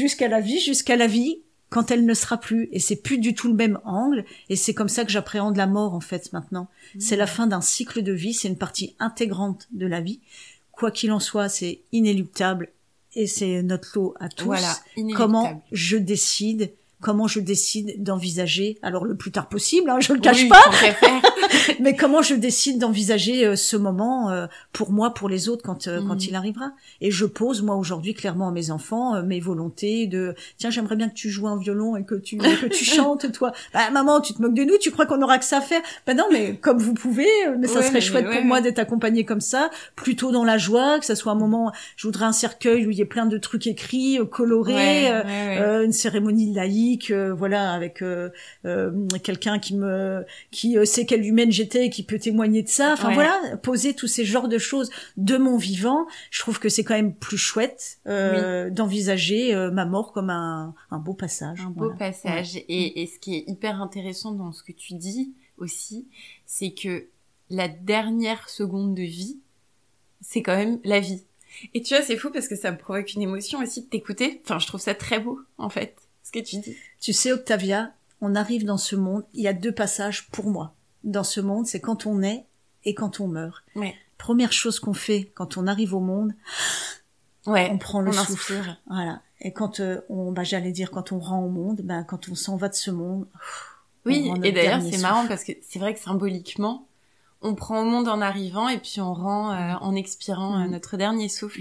quand elle ne sera plus. Et c'est plus du tout le même angle. Et c'est comme ça que j'appréhende la mort, en fait, maintenant. C'est la fin d'un cycle de vie. C'est une partie intégrante de la vie. Quoi qu'il en soit, c'est inéluctable. Et c'est notre lot à tous. Comment je décide d'envisager, alors le plus tard possible, je le cache pas, mais comment je décide d'envisager ce moment pour moi, pour les autres quand il arrivera. Et je pose moi aujourd'hui clairement à mes enfants mes volontés de tiens, j'aimerais bien que tu joues un violon et que tu chantes toi. Maman, tu te moques de nous, tu crois qu'on aura que ça à faire? Non, mais comme vous pouvez, mais ça serait chouette pour moi d'être accompagnée comme ça, plutôt dans la joie, que ça soit un moment, je voudrais un cercueil où il y ait plein de trucs écrits, colorés, une cérémonie laïque, avec quelqu'un qui sait quelle humaine j'étais et qui peut témoigner de ça, poser tous ces genres de choses de mon vivant. Je trouve que c'est quand même plus chouette d'envisager ma mort comme un beau passage, beau passage. Et ce qui est hyper intéressant dans ce que tu dis aussi, c'est que la dernière seconde de vie, c'est quand même la vie. Et tu vois, c'est fou parce que ça me provoque une émotion aussi de t'écouter. Enfin, je trouve ça très beau, en fait, ce que tu dis. Tu sais, Octavia, on arrive dans ce monde, il y a 2 passages pour moi. Dans ce monde, c'est quand on est et quand on meurt. Première chose qu'on fait quand on arrive au monde, on prend le souffle. Voilà. Et quand j'allais dire quand on rend au monde, quand on s'en va de ce monde. Oui, et d'ailleurs, c'est marrant parce que c'est vrai que symboliquement, on prend au monde en arrivant et puis on rend en expirant notre dernier souffle.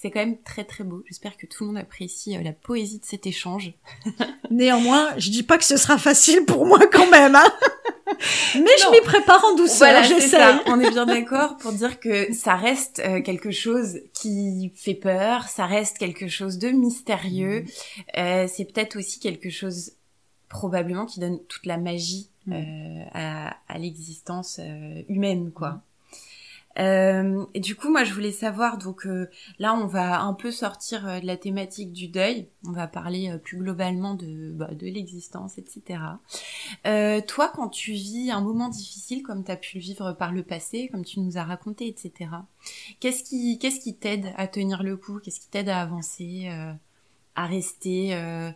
C'est quand même très très beau. J'espère que tout le monde apprécie la poésie de cet échange. Néanmoins, je dis pas que ce sera facile pour moi quand même, hein. Mais non. Je m'y prépare en douceur, voilà, j'essaie. On est bien d'accord pour dire que ça reste quelque chose qui fait peur, ça reste quelque chose de mystérieux. C'est peut-être aussi quelque chose probablement qui donne toute la magie à l'existence humaine, quoi. Et du coup, moi, je voulais savoir, donc là, on va un peu sortir de la thématique du deuil. On va parler plus globalement de l'existence, etc. Toi, quand tu vis un moment difficile, comme tu as pu le vivre par le passé, comme tu nous as raconté, etc., qu'est-ce qui t'aide à tenir le coup? Qu'est-ce qui t'aide à avancer, à rester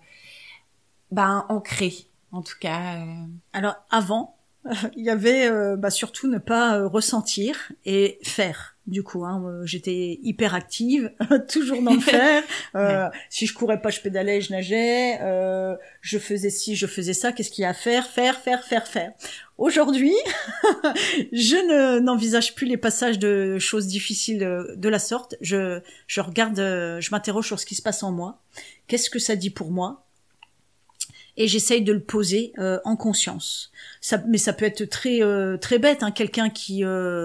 ancré, en tout cas Alors, avant, il y avait surtout ne pas ressentir et faire. Du coup, j'étais hyper active, toujours dans le faire. Si je courais pas, je pédalais, je nageais. Je faisais ci, je faisais ça. Qu'est-ce qu'il y a à faire? Faire. Aujourd'hui, je n'envisage plus les passages de choses difficiles de la sorte. Je regarde, je m'interroge sur ce qui se passe en moi. Qu'est-ce que ça dit pour moi? Et j'essaye de le poser en conscience. Mais ça peut être très très bête, hein, quelqu'un qui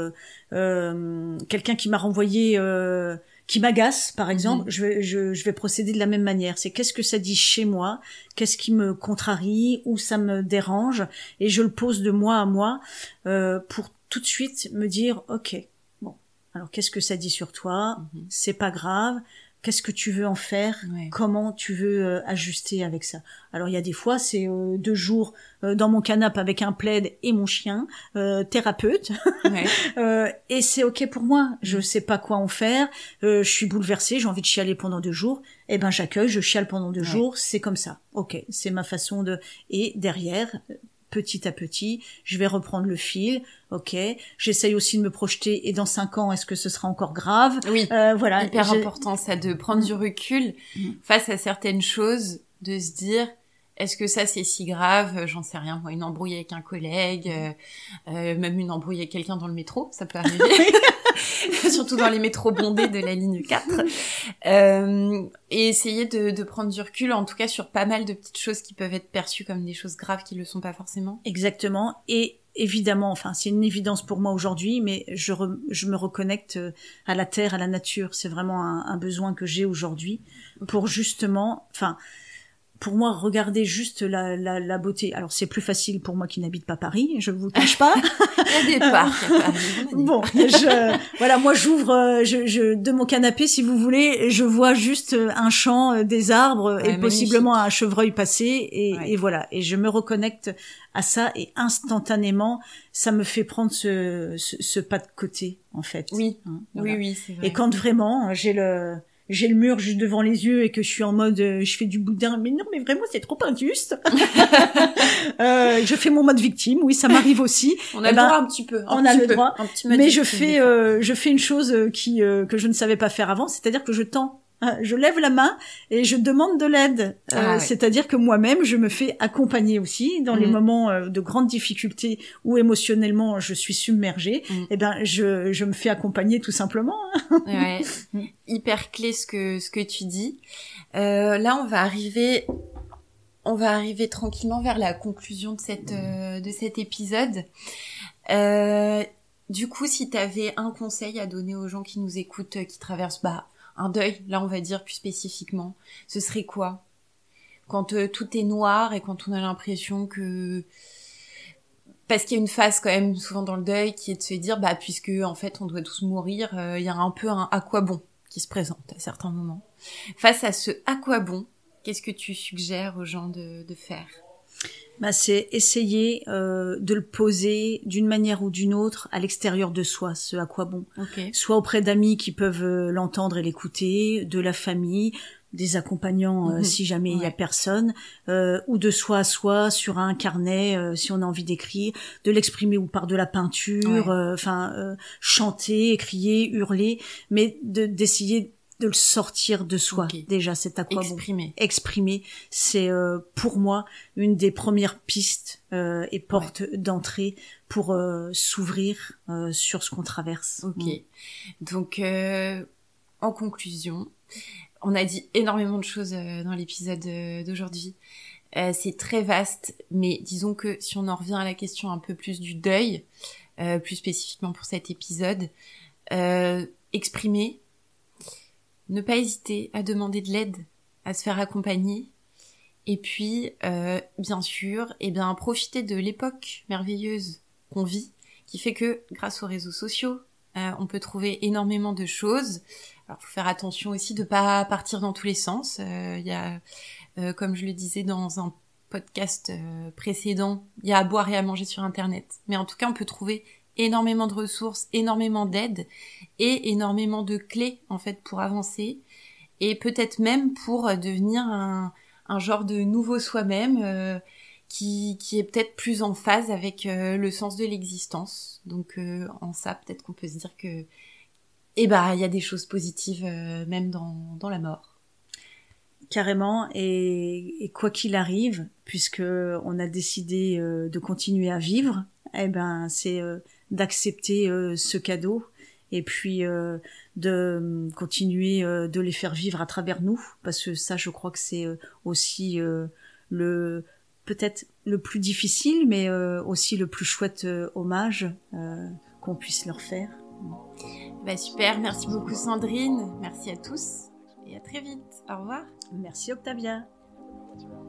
m'a renvoyé, qui m'agace, par exemple. Je vais procéder de la même manière. C'est qu'est-ce que ça dit chez moi, qu'est-ce qui me contrarie, où ça me dérange, et je le pose de moi à moi pour tout de suite me dire ok, bon, alors qu'est-ce que ça dit sur toi? C'est pas grave. Qu'est-ce que tu veux en faire? Comment tu veux ajuster avec ça? Alors il y a des fois c'est 2 jours dans mon canapé avec un plaid et mon chien, thérapeute, et c'est ok pour moi. Je sais pas quoi en faire, je suis bouleversée, j'ai envie de chialer pendant 2 jours. Eh ben j'accueille, je chiale pendant 2 jours, c'est comme ça. Ok, c'est ma façon de. Et derrière, petit à petit, je vais reprendre le fil. Ok, j'essaye aussi de me projeter. Et dans 5 ans, est-ce que ce sera encore grave? Oui, voilà. Hyper important ça, de prendre du recul face à certaines choses, de se dire est-ce que ça c'est si grave? J'en sais rien, moi, une embrouille avec un collègue, même une embrouille avec quelqu'un dans le métro, ça peut arriver. Surtout dans les métros bondés de la ligne 4. Et essayer de prendre du recul, en tout cas sur pas mal de petites choses qui peuvent être perçues comme des choses graves qui le sont pas forcément. Exactement. Et évidemment, enfin, c'est une évidence pour moi aujourd'hui, mais je me reconnecte à la terre, à la nature. C'est vraiment un besoin que j'ai aujourd'hui pour justement, enfin, pour moi, regarder juste la beauté. Alors, c'est plus facile pour moi qui n'habite pas Paris, je vous le cache pas. Il y a des parcs à Paris. Bon, voilà, moi, j'ouvre, de mon canapé, si vous voulez, je vois juste un champ, des arbres et possiblement un chevreuil passer et voilà. Et je me reconnecte à ça et instantanément, ça me fait prendre ce pas de côté, en fait. Oui, voilà. oui, c'est vrai. Et quand vraiment, j'ai le mur juste devant les yeux et que je suis en mode je fais du boudin, mais non, mais vraiment c'est trop injuste. Je fais mon mode victime, oui, ça m'arrive aussi. On a le droit un petit peu. On a le droit, mais je fais une chose que je ne savais pas faire avant, c'est-à-dire que je tends. Je lève la main et je demande de l'aide. C'est-à-dire que moi-même, je me fais accompagner aussi dans les moments de grande difficulté où émotionnellement je suis submergée. Eh ben, je me fais accompagner tout simplement. Ouais. Hyper clé ce que tu dis. Là, on va arriver tranquillement vers la conclusion de cet épisode. Du coup, si tu avais un conseil à donner aux gens qui nous écoutent, qui traversent un deuil, là on va dire plus spécifiquement, ce serait quoi? Quand tout est noir et quand on a l'impression que... Parce qu'il y a une phase quand même souvent dans le deuil qui est de se dire, puisque en fait on doit tous mourir, il y a un peu un à quoi bon qui se présente à certains moments. Face à ce à quoi bon, qu'est-ce que tu suggères aux gens de faire? C'est essayer de le poser d'une manière ou d'une autre à l'extérieur de soi, ce à quoi bon. Soit auprès d'amis qui peuvent l'entendre et l'écouter, de la famille, des accompagnants si jamais il y a personne, ou de soi à soi sur un carnet si on a envie d'écrire, de l'exprimer ou par de la peinture, chanter, crier, hurler, mais d'essayer de le sortir de soi. Déjà, c'est à quoi bon. Exprimer, c'est pour moi une des premières pistes et portes d'entrée pour s'ouvrir sur ce qu'on traverse. Donc en conclusion, on a dit énormément de choses dans l'épisode d'aujourd'hui. C'est très vaste, mais disons que si on en revient à la question un peu plus du deuil, plus spécifiquement pour cet épisode, exprimer, ne pas hésiter à demander de l'aide, à se faire accompagner, et puis bien sûr, profiter de l'époque merveilleuse qu'on vit, qui fait que grâce aux réseaux sociaux, on peut trouver énormément de choses. Alors, faut faire attention aussi de pas partir dans tous les sens. Il y a, comme je le disais dans un podcast précédent, il y a à boire et à manger sur Internet. Mais en tout cas, on peut trouver énormément de ressources, énormément d'aide et énormément de clés en fait pour avancer et peut-être même pour devenir un genre de nouveau soi-même qui est peut-être plus en phase avec le sens de l'existence. Donc en ça, peut-être qu'on peut se dire que il y a des choses positives même dans la mort. Carrément, et quoi qu'il arrive, puisque on a décidé de continuer à vivre, c'est d'accepter ce cadeau et puis de continuer de les faire vivre à travers nous, parce que ça, je crois que c'est aussi peut-être le plus difficile, mais aussi le plus chouette hommage qu'on puisse leur faire. Super, merci beaucoup Sandrine, merci à tous et à très vite. Au revoir. Merci Octavia.